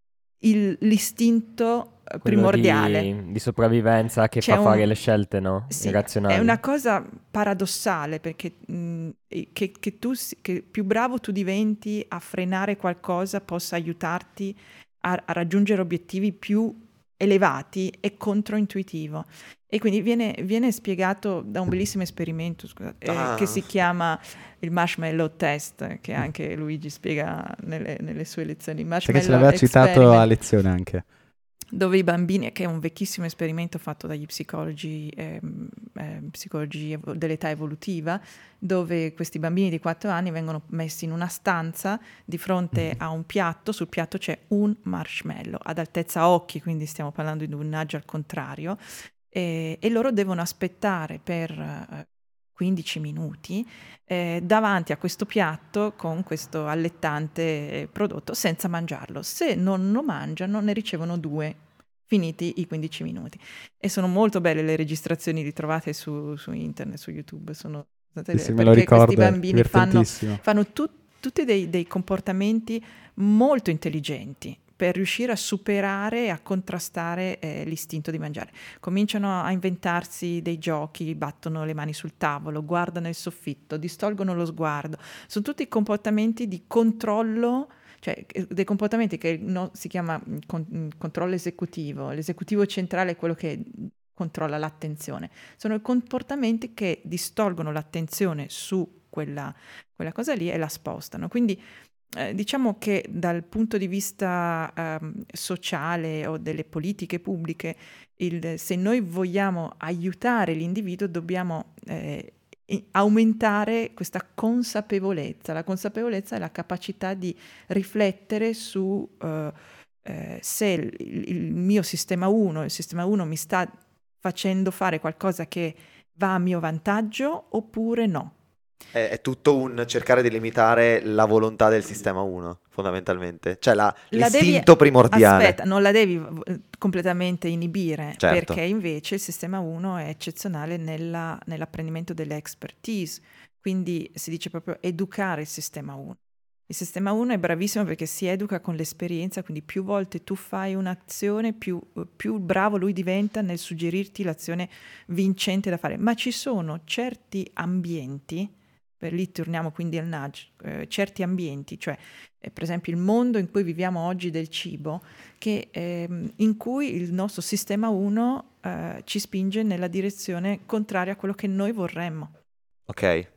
il- l'istinto eh, Quello primordiale. di, di sopravvivenza che C'è fa un- fare le scelte, no? Sì, Irrazionali. è una cosa paradossale perché mh, e- che, che tu si- che più bravo tu diventi a frenare qualcosa possa aiutarti a, a raggiungere obiettivi più elevati e controintuitivo. E quindi viene, viene spiegato da un bellissimo esperimento scusate, eh, Ah. che si chiama il marshmallow test, che anche Luigi spiega nelle, nelle sue lezioni. Il Perché ce marshmallow l'aveva citato experiment, a lezione anche. dove i bambini, che è un vecchissimo esperimento fatto dagli psicologi, ehm, ehm, psicologi evo- dell'età evolutiva, dove questi bambini di quattro anni vengono messi in una stanza di fronte a un piatto, sul piatto c'è un marshmallow ad altezza occhi, quindi stiamo parlando di un naggio al contrario, e, e loro devono aspettare per eh, quindici minuti eh, davanti a questo piatto con questo allettante eh, prodotto senza mangiarlo. Se non lo mangiano ne ricevono due, finiti i quindici minuti. E sono molto belle le registrazioni ritrovate su, su internet, su YouTube. Sono state Sì, sì, belle, me lo perché ricordo, questi è bambini fanno, divertentissimo. fanno tut- tutti dei, dei comportamenti molto intelligenti per riuscire a superare e a contrastare eh, l'istinto di mangiare. Cominciano a inventarsi dei giochi, battono le mani sul tavolo, guardano il soffitto, distolgono lo sguardo. Sono tutti comportamenti di controllo, cioè eh, dei comportamenti che no, si chiama mm, con- mm, controllo esecutivo. L'esecutivo centrale è quello che controlla l'attenzione. Sono i comportamenti che distolgono l'attenzione su quella, quella cosa lì e la spostano. Quindi eh, diciamo che dal punto di vista ehm, sociale o delle politiche pubbliche, il- se noi vogliamo aiutare l'individuo dobbiamo eh, i- aumentare questa consapevolezza. La consapevolezza è la capacità di riflettere su eh, eh, se il, il- il mio sistema uno, il sistema uno mi sta facendo fare qualcosa che va a mio vantaggio oppure no. È, è tutto un cercare di limitare la volontà del sistema uno, fondamentalmente. Cioè la- La devi- l'istinto primordiale. Aspetta, non la devi eh, completamente inibire, Certo. perché invece il sistema uno è eccezionale nella- nell'apprendimento delle expertise, quindi si dice proprio educare il sistema uno. Il sistema uno è bravissimo perché si educa con l'esperienza, quindi più volte tu fai un'azione, più, più bravo lui diventa nel suggerirti l'azione vincente da fare. Ma ci sono certi ambienti, per lì torniamo quindi al nudge, eh, certi ambienti, cioè eh, per esempio il mondo in cui viviamo oggi del cibo, che, ehm, in cui il nostro sistema uno eh, ci spinge nella direzione contraria a quello che noi vorremmo. Ok.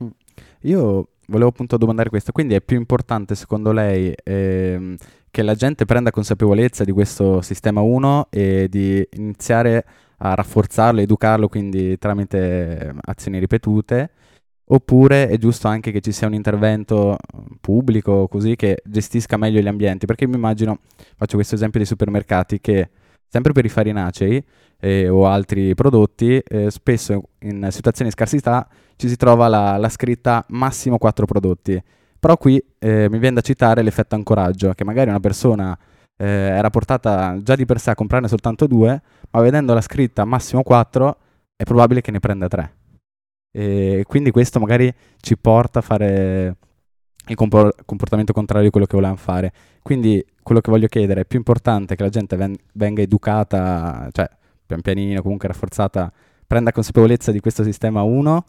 Io volevo appunto domandare questo, quindi è più importante secondo lei ehm, che la gente prenda consapevolezza di questo sistema uno e di iniziare a rafforzarlo, educarlo, quindi tramite eh, azioni ripetute, oppure è giusto anche che ci sia un intervento eh, pubblico così che gestisca meglio gli ambienti? Perché mi immagino, faccio questo esempio dei supermercati, che sempre per i farinacei eh, o altri prodotti, eh, spesso in situazioni di scarsità ci si trova la, la scritta massimo quattro prodotti. Però qui eh, mi viene da citare l'effetto ancoraggio, che magari una persona eh, era portata già di per sé a comprarne soltanto due, ma vedendo la scritta massimo quattro è probabile che ne prenda tre. E quindi questo magari ci porta a fare il compor- comportamento contrario di quello che volevamo fare. Quindi quello che voglio chiedere è più importante che la gente ven- venga educata, cioè pian pianino, comunque rafforzata, prenda consapevolezza di questo sistema uno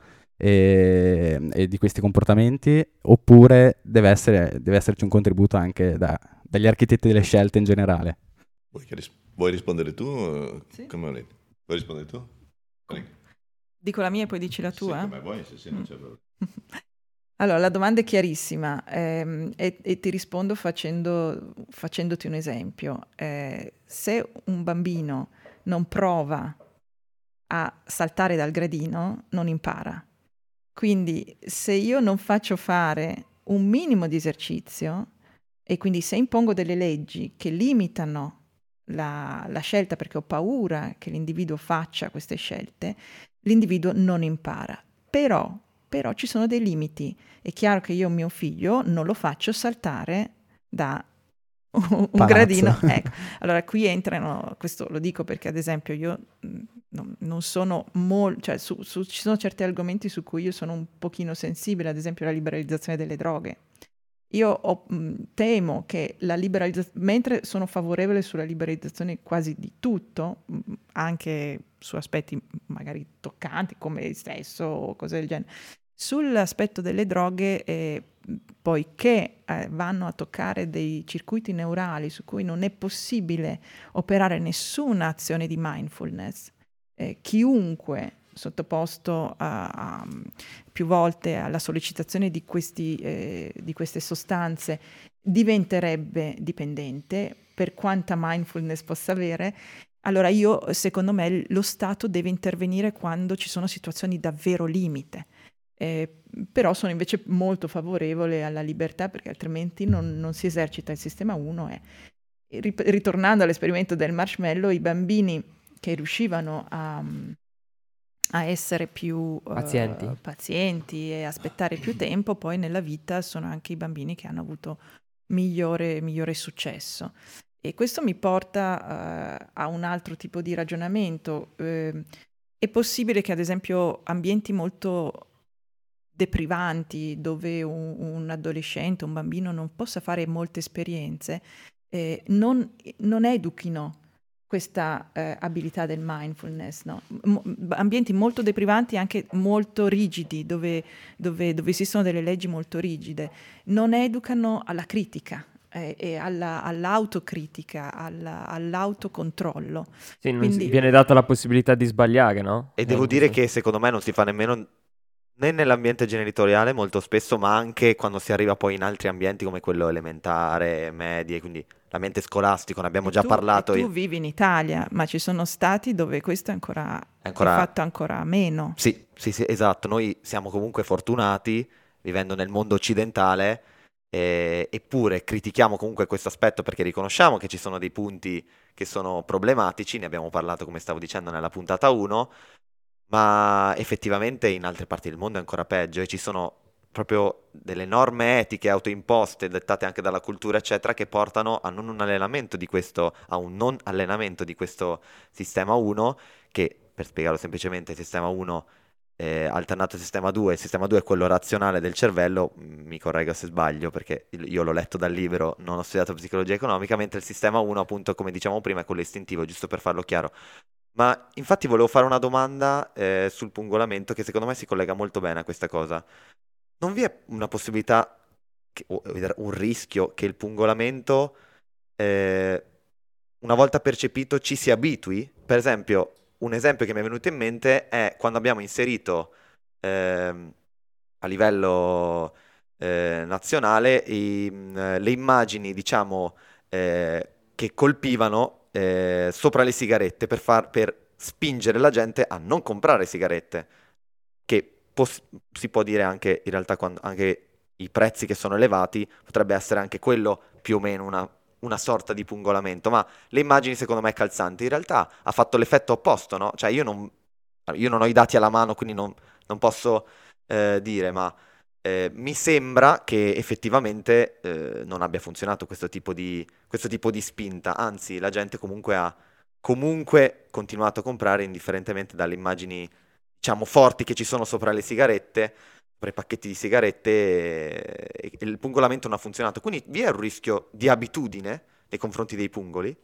e, e di questi comportamenti, oppure deve, essere, deve esserci un contributo anche da- dagli architetti delle scelte in generale. Vuoi, che ris- vuoi rispondere tu? Sì. Come volete? Vuoi rispondere tu? Dico la mia e poi dici la tua? Sì, come vuoi, se sì, non c'è problema. Allora, la domanda è chiarissima ehm, e, e ti rispondo facendo, facendoti un esempio. Eh, se un bambino non prova a saltare dal gradino, non impara. Quindi se io non faccio fare un minimo di esercizio e quindi se impongo delle leggi che limitano la, la scelta perché ho paura che l'individuo faccia queste scelte, l'individuo non impara. Però però ci sono dei limiti. È chiaro che io mio figlio non lo faccio saltare da un Palazzo. gradino. Ecco. Allora qui entrano, questo lo dico perché ad esempio io mh, non, non sono molto, cioè su, su, ci sono certi argomenti su cui io sono un pochino sensibile, ad esempio la liberalizzazione delle droghe. Io ho, mh, temo che la liberalizzazione, mentre sono favorevole sulla liberalizzazione quasi di tutto, mh, anche su aspetti magari toccanti come il sesso o cose del genere, sull'aspetto delle droghe, eh, poiché eh, vanno a toccare dei circuiti neurali su cui non è possibile operare nessuna azione di mindfulness, eh, chiunque sottoposto a, a, più volte alla sollecitazione di, questi, eh, di queste sostanze diventerebbe dipendente, per quanta mindfulness possa avere. Allora io, secondo me, lo Stato deve intervenire quando ci sono situazioni davvero limite. Eh, però sono invece molto favorevole alla libertà, perché altrimenti non, non si esercita il sistema uno. E ritornando all'esperimento del marshmallow, i bambini che riuscivano a, a essere più Pazienti. uh, pazienti e aspettare più tempo, poi nella vita sono anche i bambini che hanno avuto migliore, migliore successo. E questo mi porta uh, a un altro tipo di ragionamento. Uh, è possibile che ad esempio ambienti molto deprivanti, dove un, un adolescente, un bambino non possa fare molte esperienze, eh, non, non educhino questa eh, abilità del mindfulness, no? M- ambienti molto deprivanti, anche molto rigidi, dove, dove, dove esistono delle leggi molto rigide, non educano alla critica eh, e alla, all'autocritica, alla, all'autocontrollo. Sì, non Quindi- si- viene data la possibilità di sbagliare, no? E devo Eh, dire questo- che secondo me non si fa nemmeno né nell'ambiente genitoriale molto spesso, ma anche quando si arriva poi in altri ambienti come quello elementare, medie, quindi l'ambiente scolastico, ne abbiamo E già tu- parlato. e tu io- vivi in Italia, ma ci sono stati dove questo è ancora, È ancora- è fatto ancora meno. Sì, sì, sì, esatto. Noi siamo comunque fortunati vivendo nel mondo occidentale, eh, eppure critichiamo comunque questo aspetto perché riconosciamo che ci sono dei punti che sono problematici, ne abbiamo parlato, come stavo dicendo, nella puntata uno, ma effettivamente in altre parti del mondo è ancora peggio e ci sono proprio delle norme etiche autoimposte, dettate anche dalla cultura, eccetera, che portano a non un allenamento di questo, a un non allenamento di questo sistema uno, che per spiegarlo semplicemente, il sistema uno eh, alternato al sistema due, il sistema due è quello razionale del cervello, mi correggo se sbaglio perché io l'ho letto dal libro, non ho studiato psicologia economica, mentre il sistema uno, appunto, come diciamo prima, è quello istintivo, giusto per farlo chiaro. Ma infatti volevo fare una domanda eh, sul pungolamento che secondo me si collega molto bene a questa cosa. Non vi è una possibilità, che- o un rischio che il pungolamento, eh, una volta percepito, ci si abitui? Per esempio, un esempio che mi è venuto in mente è quando abbiamo inserito ehm, a livello eh, nazionale i- mh, le immagini, diciamo, eh, che colpivano eh, sopra le sigarette per far, per spingere la gente a non comprare sigarette, che pos- si può dire anche, in realtà, quando anche i prezzi che sono elevati, potrebbe essere anche quello più o meno una, una sorta di pungolamento, ma le immagini secondo me calzanti in realtà ha fatto l'effetto opposto, no? Cioè io non, io non ho i dati alla mano, quindi non, non posso eh, dire, ma eh, mi sembra che effettivamente eh, non abbia funzionato questo tipo di, questo tipo di spinta, anzi la gente comunque ha comunque continuato a comprare indifferentemente dalle immagini, diciamo, forti che ci sono sopra le sigarette, sopra i pacchetti di sigarette, e, e il pungolamento non ha funzionato. Quindi vi è un rischio di abitudine nei confronti dei pungoli?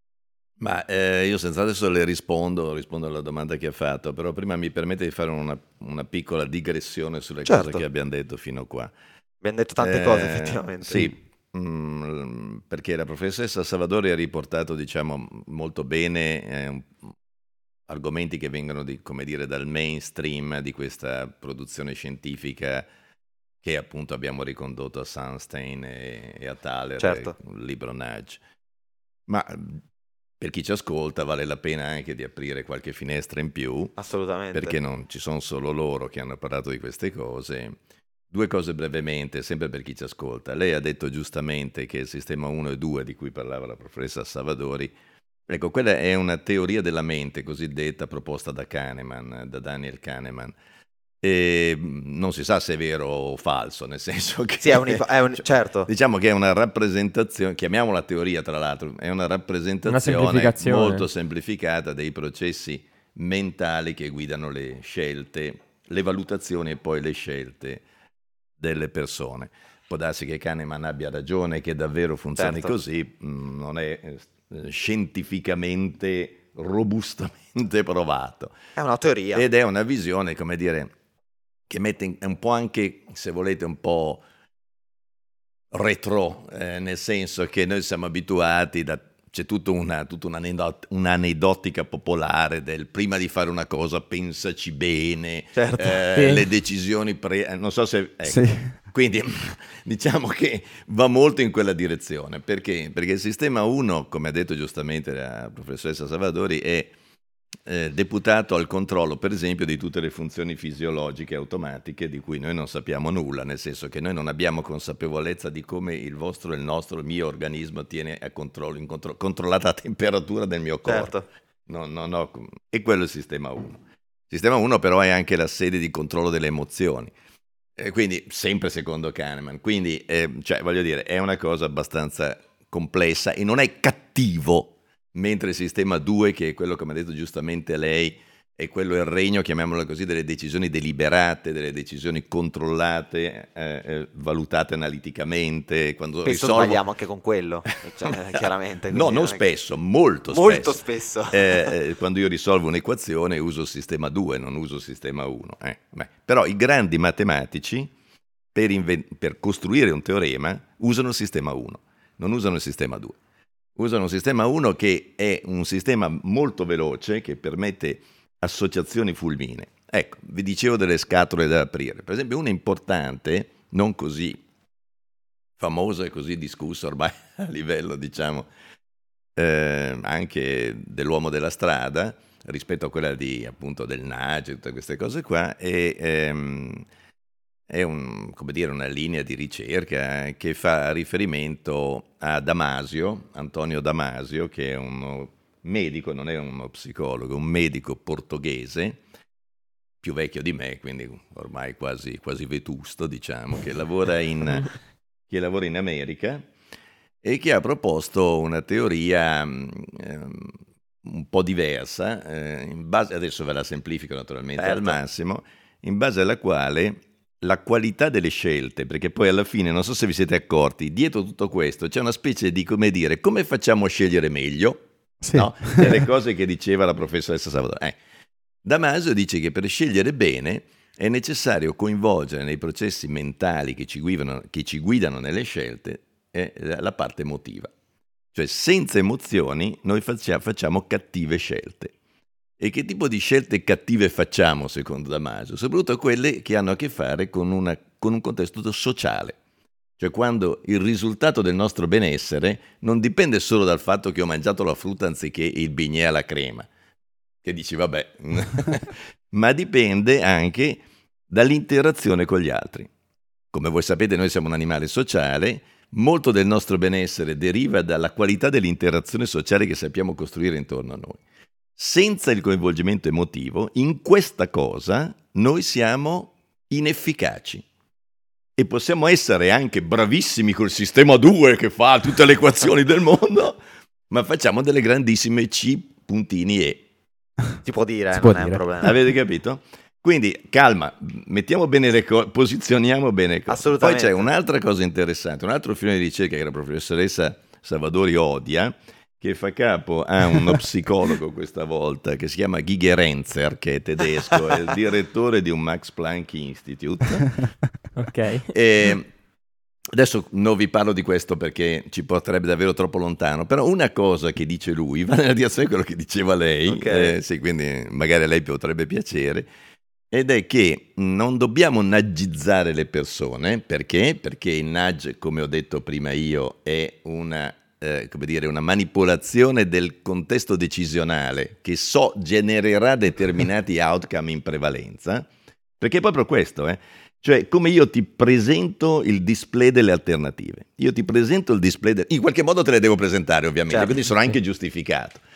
Ma eh, io senza adesso le rispondo, rispondo alla domanda che ha fatto, però prima mi permette di fare una, una piccola digressione sulle Certo. cose che abbiamo detto fino qua. Abbiamo detto tante Eh, cose effettivamente. Sì, mm, perché la professoressa Salvadori ha riportato, diciamo, molto bene eh, un- argomenti che vengono, di- come dire, dal mainstream di questa produzione scientifica che appunto abbiamo ricondotto a Sunstein e, e a Thaler, Certo. il libro Nudge. Ma per chi ci ascolta vale la pena anche di aprire qualche finestra in più, Assolutamente. perché non ci sono solo loro che hanno parlato di queste cose. Due cose brevemente, sempre per chi ci ascolta. Lei ha detto giustamente che il sistema uno e due, di cui parlava la professoressa Salvadori, ecco, quella è una teoria della mente cosiddetta proposta da Kahneman, da Daniel Kahneman. E non si sa se è vero o falso, nel senso che Sì, è un, è un certo. diciamo che è una rappresentazione, chiamiamola teoria tra l'altro, è una rappresentazione Una semplificazione. molto semplificata dei processi mentali che guidano le scelte, le valutazioni e poi le scelte delle persone. Può darsi che Kahneman abbia ragione, che davvero funzioni Certo. così, mh, non è eh, scientificamente robustamente provato. È una teoria. Ed è una visione, come dire, che mette in, è un po' anche, se volete, un po' retro, eh, nel senso che noi siamo abituati, da, c'è tutta una, tutta un'anedot- un'aneddotica popolare del prima di fare una cosa pensaci bene, Certo. eh, Sì. le decisioni, pre- eh, non so se... ecco. Sì. Quindi diciamo che va molto in quella direzione. Perché? Perché il sistema uno, come ha detto giustamente la professoressa Salvadori, è eh, deputato al controllo, per esempio, di tutte le funzioni fisiologiche automatiche di cui noi non sappiamo nulla, nel senso che noi non abbiamo consapevolezza di come il vostro, il nostro, il mio organismo tiene a controllo, in contro- controllata la temperatura del mio corpo. Certo. No, no, no. E quello è il sistema uno. Il sistema uno però è anche la sede di controllo delle emozioni. Eh, quindi sempre secondo Kahneman, quindi eh, cioè, voglio dire, è una cosa abbastanza complessa e non è cattivo, mentre il sistema due, che è quello, come ha detto giustamente lei, è quello, il regno, chiamiamolo così, delle decisioni deliberate, delle decisioni controllate, eh, eh, valutate analiticamente. Quando Spesso risolvo... sbagliamo anche con quello, cioè, chiaramente. No, quindi non è che- spesso, molto, Molto spesso. spesso. Eh, eh, quando io risolvo un'equazione uso il sistema due, non uso il sistema uno. Eh, beh. Però i grandi matematici, per, inven- per costruire un teorema, usano il sistema uno, non usano il sistema due. Usano un sistema uno che è un sistema molto veloce, che permette associazioni fulminee. Ecco, vi dicevo delle scatole da aprire. Per esempio, una importante, non così famosa e così discussa ormai a livello, diciamo, eh, anche dell'uomo della strada, rispetto a quella di, appunto, del nudge, tutte queste cose qua, e, ehm, è un, come dire, una linea di ricerca che fa riferimento a Damasio, Antonio Damasio, che è uno medico, non è uno psicologo, un medico portoghese, più vecchio di me, quindi ormai quasi, quasi vetusto, diciamo, che lavora in, che lavora in America e che ha proposto una teoria ehm, un po' diversa, eh, in base, adesso ve la semplifico naturalmente Certo. al massimo, in base alla quale la qualità delle scelte, perché poi alla fine, non so se vi siete accorti, dietro tutto questo c'è una specie di, come dire, come facciamo a scegliere meglio, Sì. no? Delle cose che diceva la professoressa Salvadori. Eh. Damasio dice che per scegliere bene è necessario coinvolgere nei processi mentali che ci guidano, che ci guidano nelle scelte eh, la parte emotiva. Cioè, senza emozioni noi faccia- facciamo cattive scelte. E che tipo di scelte cattive facciamo, secondo Damasio? Soprattutto quelle che hanno a che fare con, una, con un contesto sociale. Cioè quando il risultato del nostro benessere non dipende solo dal fatto che ho mangiato la frutta anziché il bignè alla crema, che dici vabbè, ma dipende anche dall'interazione con gli altri. Come voi sapete, noi siamo un animale sociale, molto del nostro benessere deriva dalla qualità dell'interazione sociale che sappiamo costruire intorno a noi. Senza il coinvolgimento emotivo, in questa cosa noi siamo inefficaci. E possiamo essere anche bravissimi col sistema due che fa tutte le equazioni del mondo, ma facciamo delle grandissime C puntini E. Si può dire, Si eh, può non è un dire. problema. Avete capito? Quindi calma, mettiamo bene le cose, posizioniamo bene le cose. Assolutamente. Poi c'è un'altra cosa interessante, un altro filone di ricerca che la professoressa Salvadori odia, che fa capo a uno psicologo questa volta, che si chiama Giger Renzer, che è tedesco, è il direttore di un Max Planck Institute. Ok. E adesso non vi parlo di questo perché ci porterebbe davvero troppo lontano, però una cosa che dice lui va nella direzione di quello che diceva lei, Ok. eh, sì, quindi magari a lei potrebbe piacere, ed è che non dobbiamo nudgizzare le persone. Perché? Perché il nudge, come ho detto prima io, è una, eh, come dire, una manipolazione del contesto decisionale che so genererà determinati outcome in prevalenza, perché è proprio questo, eh. Cioè, come io ti presento il display delle alternative. Io ti presento il display, de- in qualche modo te le devo presentare, ovviamente, Certo. quindi sono anche giustificato.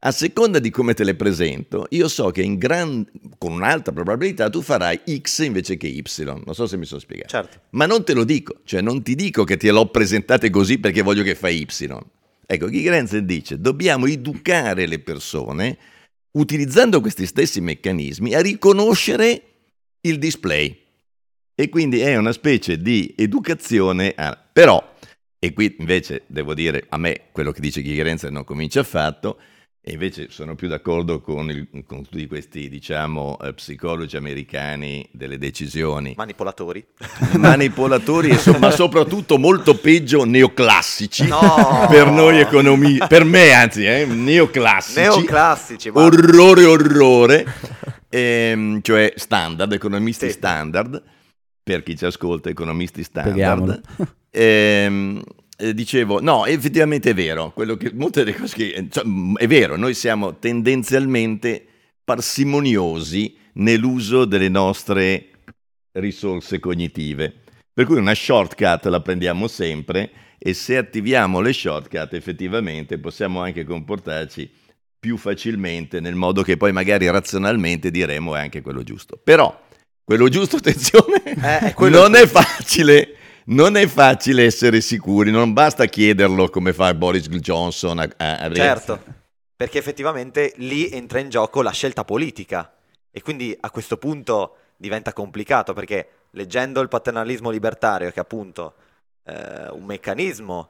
A seconda di come te le presento, io so che in gran... con un'alta probabilità tu farai X invece che Y. Non so se mi sono spiegato. Certo. Ma non te lo dico, cioè non ti dico che te l'ho presentate così perché voglio che fai Y. Ecco, Gigerenzer dice, dobbiamo educare le persone, utilizzando questi stessi meccanismi, a riconoscere il display. E quindi è una specie di educazione a... Però, e qui invece devo dire, a me quello che dice Gigerenzer non convince affatto, e invece sono più d'accordo con, il, con tutti questi, diciamo, eh, psicologi americani delle decisioni. Manipolatori. Manipolatori, e so, ma soprattutto molto peggio neoclassici. No! Per noi economisti, per me anzi, eh, neoclassici. Neoclassici, ma... Orrore, orrore. Ehm, cioè standard, economisti Sì. standard, per chi ci ascolta, economisti Spieghiamolo. standard. Ehm, eh, dicevo, no, effettivamente è vero, quello che molte delle cose che, cioè, è vero, noi siamo tendenzialmente parsimoniosi nell'uso delle nostre risorse cognitive, per cui una shortcut la prendiamo sempre, e se attiviamo le shortcut effettivamente possiamo anche comportarci più facilmente, nel modo che poi magari razionalmente diremo è anche quello giusto. Però quello giusto, attenzione, Eh, è quello non il è facile, non è facile essere sicuri, non basta chiederlo come fa Boris Johnson a, a, a Certo, perché effettivamente lì entra in gioco la scelta politica e quindi a questo punto diventa complicato, perché leggendo il paternalismo libertario, che è appunto eh, un meccanismo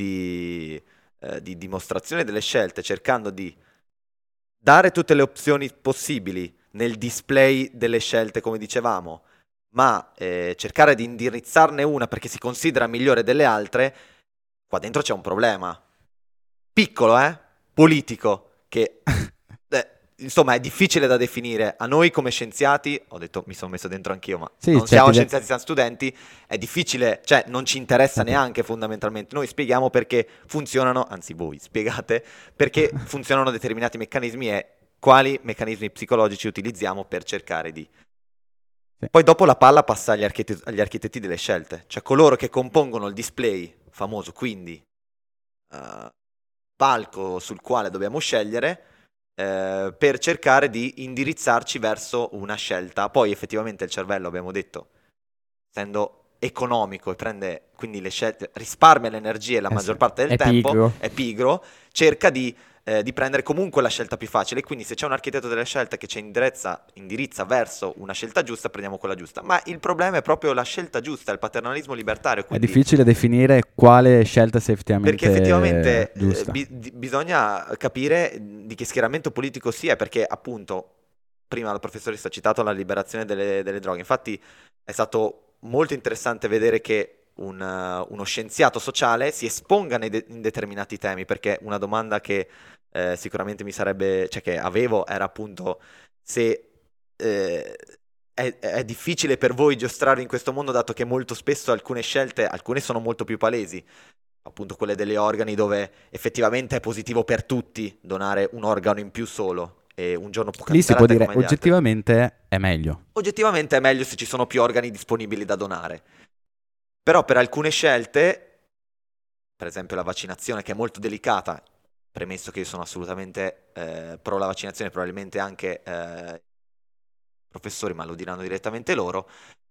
di, eh, di dimostrazione delle scelte, cercando di dare tutte le opzioni possibili nel display delle scelte, come dicevamo, ma eh, cercare di indirizzarne una perché si considera migliore delle altre, qua dentro c'è un problema. Piccolo, eh? Politico, che eh, insomma è difficile da definire. A noi come scienziati, ho detto, mi sono messo dentro anch'io, ma Sì, non certi siamo de- scienziati, siamo studenti, è difficile, cioè non ci interessa neanche fondamentalmente. Noi spieghiamo perché funzionano, anzi voi spiegate, perché funzionano determinati meccanismi e quali meccanismi psicologici utilizziamo per cercare di... Sì. Poi dopo la palla passa agli, archite- agli architetti delle scelte, cioè coloro che compongono il display famoso, quindi uh, palco sul quale dobbiamo scegliere, eh, per cercare di indirizzarci verso una scelta. Poi effettivamente il cervello, abbiamo detto, essendo economico e prende quindi le scelte, risparmia l'energia la Eh maggior sì. parte del È tempo, pigro. è pigro, cerca di, eh, di prendere comunque la scelta più facile. Quindi se c'è un architetto delle scelte che ci indirizza, indirizza verso una scelta giusta, prendiamo quella giusta. Ma il problema è proprio la scelta giusta, il paternalismo libertario. È Quindi... difficile definire quale scelta sia effettivamente Perché effettivamente eh, giusta. bi- di- bisogna capire di che schieramento politico sia, perché appunto prima la professoressa ha citato la liberazione delle, delle droghe. Infatti è stato molto interessante vedere che un, uh, uno scienziato sociale si esponga nei de- in determinati temi, perché una domanda che eh, sicuramente mi sarebbe, cioè che avevo, era appunto se eh, è, è difficile per voi giostrare in questo mondo, dato che molto spesso alcune scelte, alcune sono molto più palesi, appunto quelle degli organi, dove effettivamente è positivo per tutti donare un organo in più solo e un giorno può Lì si capitare può a te dire come agli altri. oggettivamente è meglio. Oggettivamente è meglio se ci sono più organi disponibili da donare. Però per alcune scelte, per esempio la vaccinazione, che è molto delicata, premesso che io sono assolutamente eh, pro la vaccinazione, probabilmente anche eh, professori, ma lo diranno direttamente loro,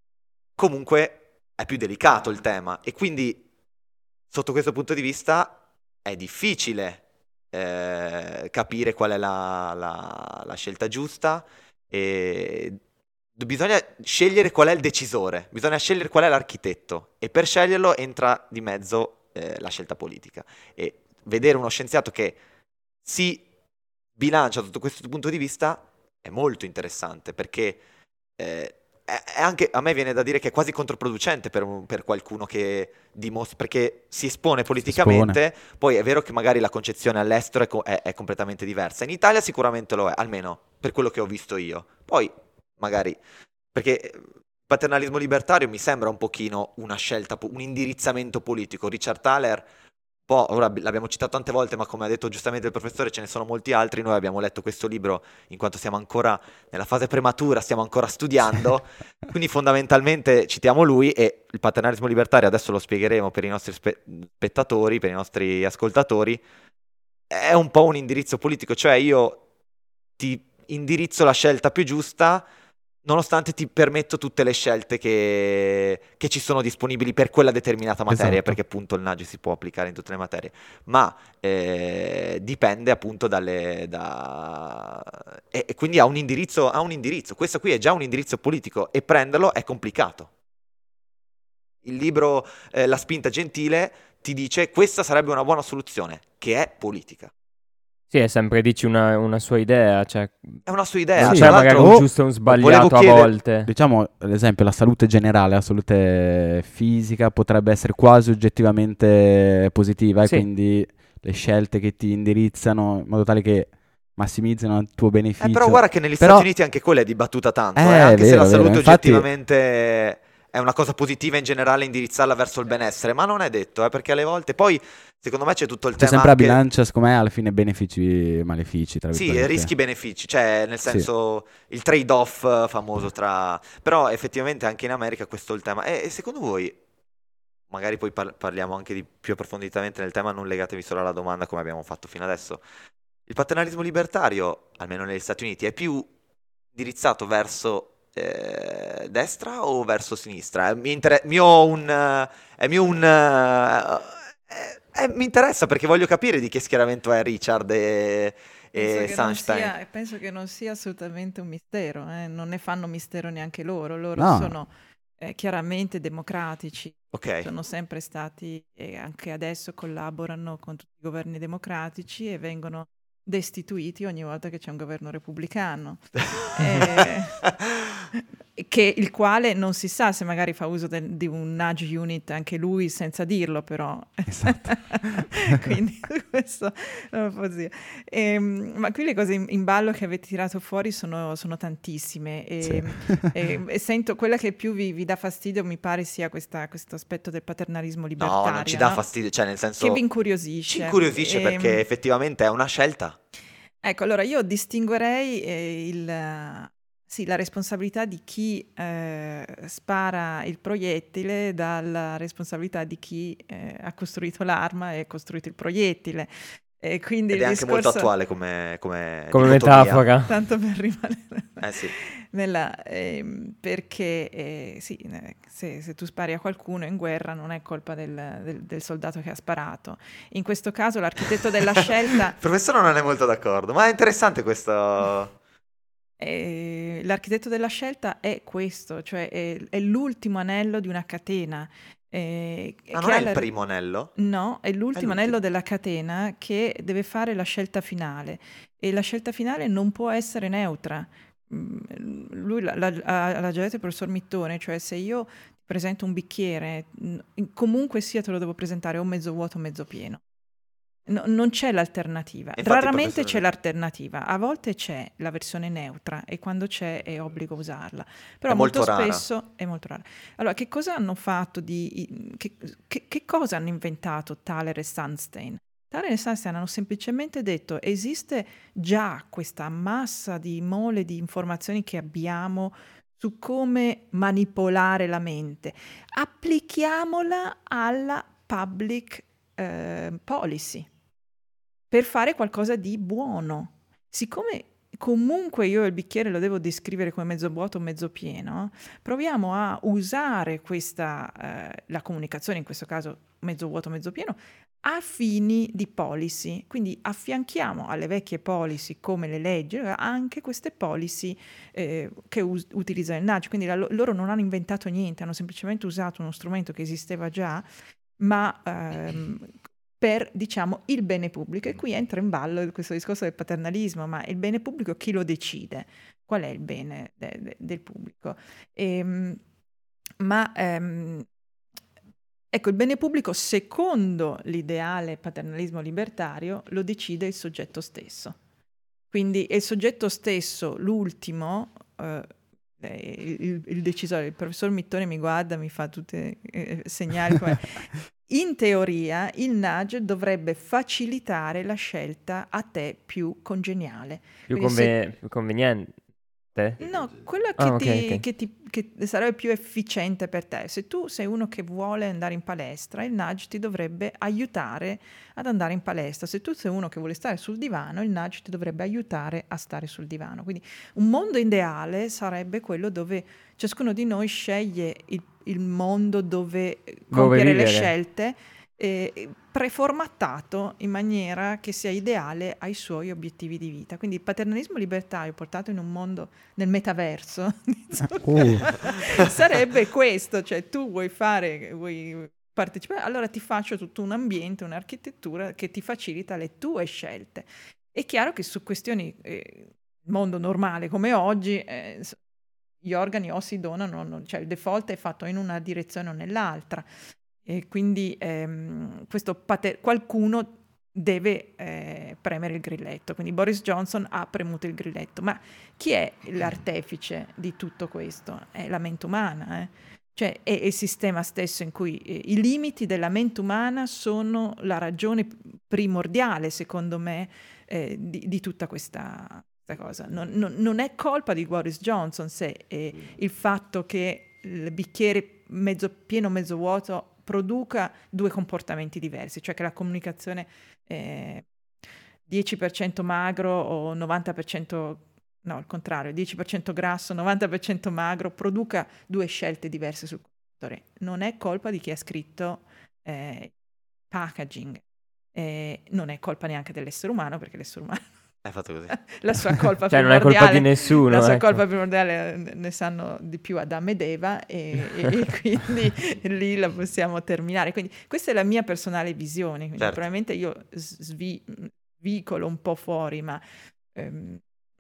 comunque è più delicato il tema, e quindi sotto questo punto di vista è difficile eh, capire qual è la, la, la scelta giusta, e bisogna scegliere qual è il decisore, bisogna scegliere qual è l'architetto, e per sceglierlo entra di mezzo eh, la scelta politica. E vedere uno scienziato che si bilancia sotto questo punto di vista è molto interessante, perché eh, è è anche, a me viene da dire che è quasi controproducente per, un- per qualcuno che dimostra, perché si espone politicamente. Poi è vero che magari la concezione all'estero è, co- è- è completamente diversa, in Italia sicuramente lo è, almeno per quello che ho visto io. Poi magari, perché il paternalismo libertario mi sembra un pochino una scelta, po- un indirizzamento politico. Richard Thaler, po', ora b- l'abbiamo citato tante volte, ma come ha detto giustamente il professore, ce ne sono molti altri. Noi abbiamo letto questo libro in quanto siamo ancora nella fase prematura, stiamo ancora studiando, quindi fondamentalmente citiamo lui. E il paternalismo libertario, adesso lo spiegheremo per i nostri spe- spettatori, per i nostri ascoltatori, è un po' un indirizzo politico, cioè io ti indirizzo la scelta più giusta nonostante ti permetto tutte le scelte che, che ci sono disponibili per quella determinata materia, Esatto. perché appunto il nudge si può applicare in tutte le materie, ma eh, dipende appunto dalle... Da... E, e quindi ha un indirizzo, ha un indirizzo, questo qui è già un indirizzo politico e prenderlo è complicato. Il libro eh, La spinta gentile ti dice questa sarebbe una buona soluzione, che è politica. Sì, è sempre dici una, una sua idea, cioè È una sua idea. non Sì, c'è tra magari l'altro- un giusto e un sbagliato a chiedere- volte. Diciamo, ad esempio, la salute generale, la salute fisica potrebbe essere quasi oggettivamente positiva, Sì. e quindi le scelte che ti indirizzano in modo tale che massimizzano il tuo beneficio. Eh, però guarda che negli Però- Stati Uniti anche quella è dibattuta tanto, Eh, eh, anche è se la vero, salute vero. Infatti- oggettivamente è una cosa positiva in generale indirizzarla verso il benessere, ma non è detto, eh, perché alle volte poi secondo me c'è tutto il C'è tema sempre a anche- bilancia, secondo me, alla fine benefici e malefici, tra Sì, virgolette. rischi-benefici, cioè nel Sì. senso il trade-off eh, famoso tra... Però effettivamente anche in America questo è il tema. E, e secondo voi, magari poi par- parliamo anche di più approfonditamente nel tema, non legatevi solo alla domanda come abbiamo fatto fino adesso, il paternalismo libertario, almeno negli Stati Uniti, è più indirizzato verso eh, destra o verso sinistra? È, mi, inter- mio un, eh, è mio un... eh, eh, mi interessa perché voglio capire di che schieramento è Richard e, Penso e che, non Sunstein. sia, penso che non sia assolutamente un mistero, eh, non ne fanno mistero neanche loro, loro No. sono eh, chiaramente democratici, Ok. sono sempre stati e anche adesso collaborano con tutti i governi democratici e vengono destituiti ogni volta che c'è un governo repubblicano. Eh, che il quale non si sa se magari fa uso del- di un nudge unit anche lui senza dirlo, però Esatto. quindi questo non lo può dire. Ehm, ma qui le cose in, in ballo che avete tirato fuori sono, sono tantissime e, Sì. e- e sento quella che più vi, vi dà fastidio mi pare sia questa- questo aspetto del paternalismo libertario, No, non ci dà no? fastidio, cioè nel senso... Che vi incuriosisce. Ci incuriosisce Ehm, perché effettivamente è una scelta. Ecco, allora io distinguerei eh, il, sì, la responsabilità di chi eh, spara il proiettile dalla responsabilità di chi eh, ha costruito l'arma e ha costruito il proiettile. E quindi Ed il è anche discorso, molto attuale come, come, Come dicotomia. metafora. tanto per rimanere Eh sì. nella, ehm, perché eh, sì, eh, se, se tu spari a qualcuno in guerra non è colpa del, del- del soldato che ha sparato. In questo caso l'architetto della scelta Il professore non è molto d'accordo, ma è interessante questo... Eh, l'architetto della scelta è questo, cioè è, è l'ultimo anello di una catena. eh, Ma che non ha è il la- primo anello? No, è l'ultimo l'ultimo. anello della catena che deve fare la scelta finale e la scelta finale non può essere neutra. Mm, Lui l'ha, l'ha- l'ha già detto il professor Mittone, cioè se io ti presento un bicchiere, mm, comunque sia te lo devo presentare o mezzo vuoto o mezzo pieno. No- non c'è l'alternativa. Infatti, Raramente professore- c'è l'alternativa, a volte c'è la versione neutra e quando c'è è obbligo usarla. Però È molto molto rara. spesso è molto rara. Allora, che cosa hanno fatto di che, che- che cosa hanno inventato Thaler e Sunstein? Thaler e Sunstein hanno semplicemente detto esiste già questa massa di mole di informazioni che abbiamo su come manipolare la mente. Applichiamola alla public eh, policy per fare qualcosa di buono. Siccome comunque io il bicchiere lo devo descrivere come mezzo vuoto o mezzo pieno, proviamo a usare questa, eh, la comunicazione, in questo caso mezzo vuoto o mezzo pieno, a fini di policy. Quindi affianchiamo alle vecchie policy come le leggi anche queste policy eh, che us- utilizzano il nudge. Quindi la- loro non hanno inventato niente, hanno semplicemente usato uno strumento che esisteva già, ma ehm, per, diciamo, il bene pubblico. E qui entra in ballo questo discorso del paternalismo, ma il bene pubblico chi lo decide? Qual è il bene de- de- del pubblico? Ehm, ma ehm, ecco, il bene pubblico, secondo l'ideale paternalismo libertario, lo decide il soggetto stesso. Quindi è il soggetto stesso, l'ultimo, eh, eh, il, il decisore, il professor Mittone mi guarda, mi fa tutti eh, segnali come... In teoria il nudge dovrebbe facilitare la scelta a te più congeniale. Più, Quindi se- conve- più conveniente. Te? No, quello che, Ah, ok, ti, ok. che ti- che sarebbe più efficiente per te. Se tu sei uno che vuole andare in palestra, il nudge ti dovrebbe aiutare ad andare in palestra. Se tu sei uno che vuole stare sul divano, il nudge ti dovrebbe aiutare a stare sul divano. Quindi un mondo ideale sarebbe quello dove ciascuno di noi sceglie il, il mondo dove eh, compiere le vivere. scelte, eh, preformattato in maniera che sia ideale ai suoi obiettivi di vita. Quindi il paternalismo libertario portato in un mondo nel metaverso Uh. sarebbe questo, cioè tu vuoi fare, vuoi partecipare, allora ti faccio tutto un ambiente, un'architettura che ti facilita le tue scelte. È chiaro che su questioni, eh, mondo normale come oggi, eh, s- gli organi o si donano, non- cioè il default è fatto in una direzione o nell'altra. E quindi ehm, questo pater- qualcuno deve eh, premere il grilletto. Quindi Boris Johnson ha premuto il grilletto. Ma chi è l'artefice di tutto questo? È la mente umana, eh? Cioè è il sistema stesso in cui eh, i limiti della mente umana sono la ragione primordiale, secondo me, eh, di, di tutta questa, questa cosa. Non, non- non è colpa di Boris Johnson se eh, il fatto che il bicchiere mezzo pieno, mezzo vuoto produca due comportamenti diversi, cioè che la comunicazione eh, dieci per cento magro o novanta per cento, no, al contrario, dieci per cento grasso, novanta per cento magro, produca due scelte diverse sul consumatore. Non è colpa di chi ha scritto eh, packaging, eh, non è colpa neanche dell'essere umano, perché l'essere umano Hai fatto così. la sua colpa Cioè, non è colpa di primordiale, nessuno. la sua ecco. colpa primordiale ne sanno di più Adamo ed Eva e, e- e quindi lì la possiamo terminare. Quindi questa è la mia personale visione, quindi Certo. probabilmente io s- svi- vicolo un po' fuori, ma ehm,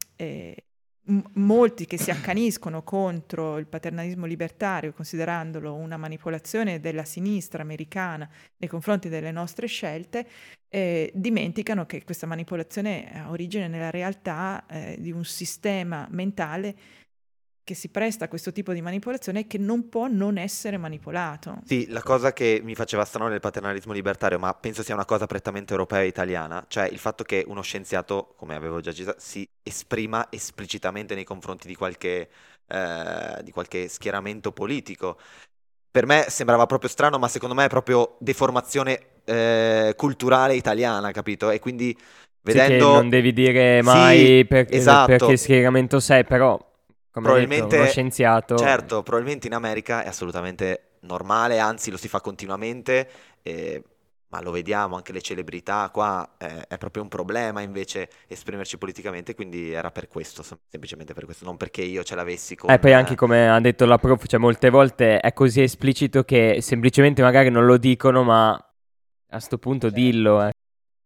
eh, m- molti che si accaniscono contro il paternalismo libertario, considerandolo una manipolazione della sinistra americana nei confronti delle nostre scelte, eh, dimenticano che questa manipolazione ha origine nella realtà eh, di un sistema mentale che si presta a questo tipo di manipolazione e che non può non essere manipolato. Sì, la cosa che mi faceva strano nel paternalismo libertario, ma penso sia una cosa prettamente europea e italiana, cioè il fatto che uno scienziato, come avevo già detto, si esprima esplicitamente nei confronti di qualche, eh, di qualche schieramento politico. Per me sembrava proprio strano, ma secondo me è proprio deformazione eh, culturale italiana, capito? E quindi Sì, vedendo... che non devi dire Sì, mai per, esatto. perché schieramento sei, però, come hai detto, Probabilmente, uno scienziato... certo, probabilmente in America è assolutamente normale, anzi lo si fa continuamente, eh, ma lo vediamo, anche le celebrità qua, eh, è proprio un problema invece esprimerci politicamente, quindi era per questo, sem- semplicemente per questo, non perché io ce l'avessi con... E poi anche eh, come ha detto la prof, cioè molte volte è così esplicito che semplicemente magari non lo dicono, ma a sto punto dillo. eh.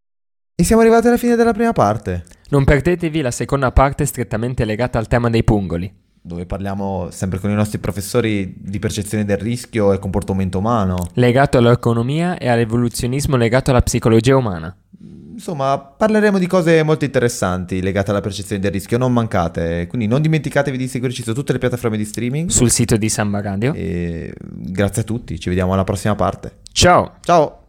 E siamo arrivati alla fine della prima parte, Non perdetevi la seconda parte strettamente legata al tema dei pungoli. dove parliamo sempre con i nostri professori di percezione del rischio e comportamento umano. Legato all'economia e all'evoluzionismo legato alla psicologia umana. Insomma, parleremo di cose molto interessanti legate alla percezione del rischio, non mancate, quindi non dimenticatevi di seguirci su tutte le piattaforme di streaming. Sul sito di Samba Radio. E grazie a tutti, ci vediamo alla prossima parte. Ciao! Ciao!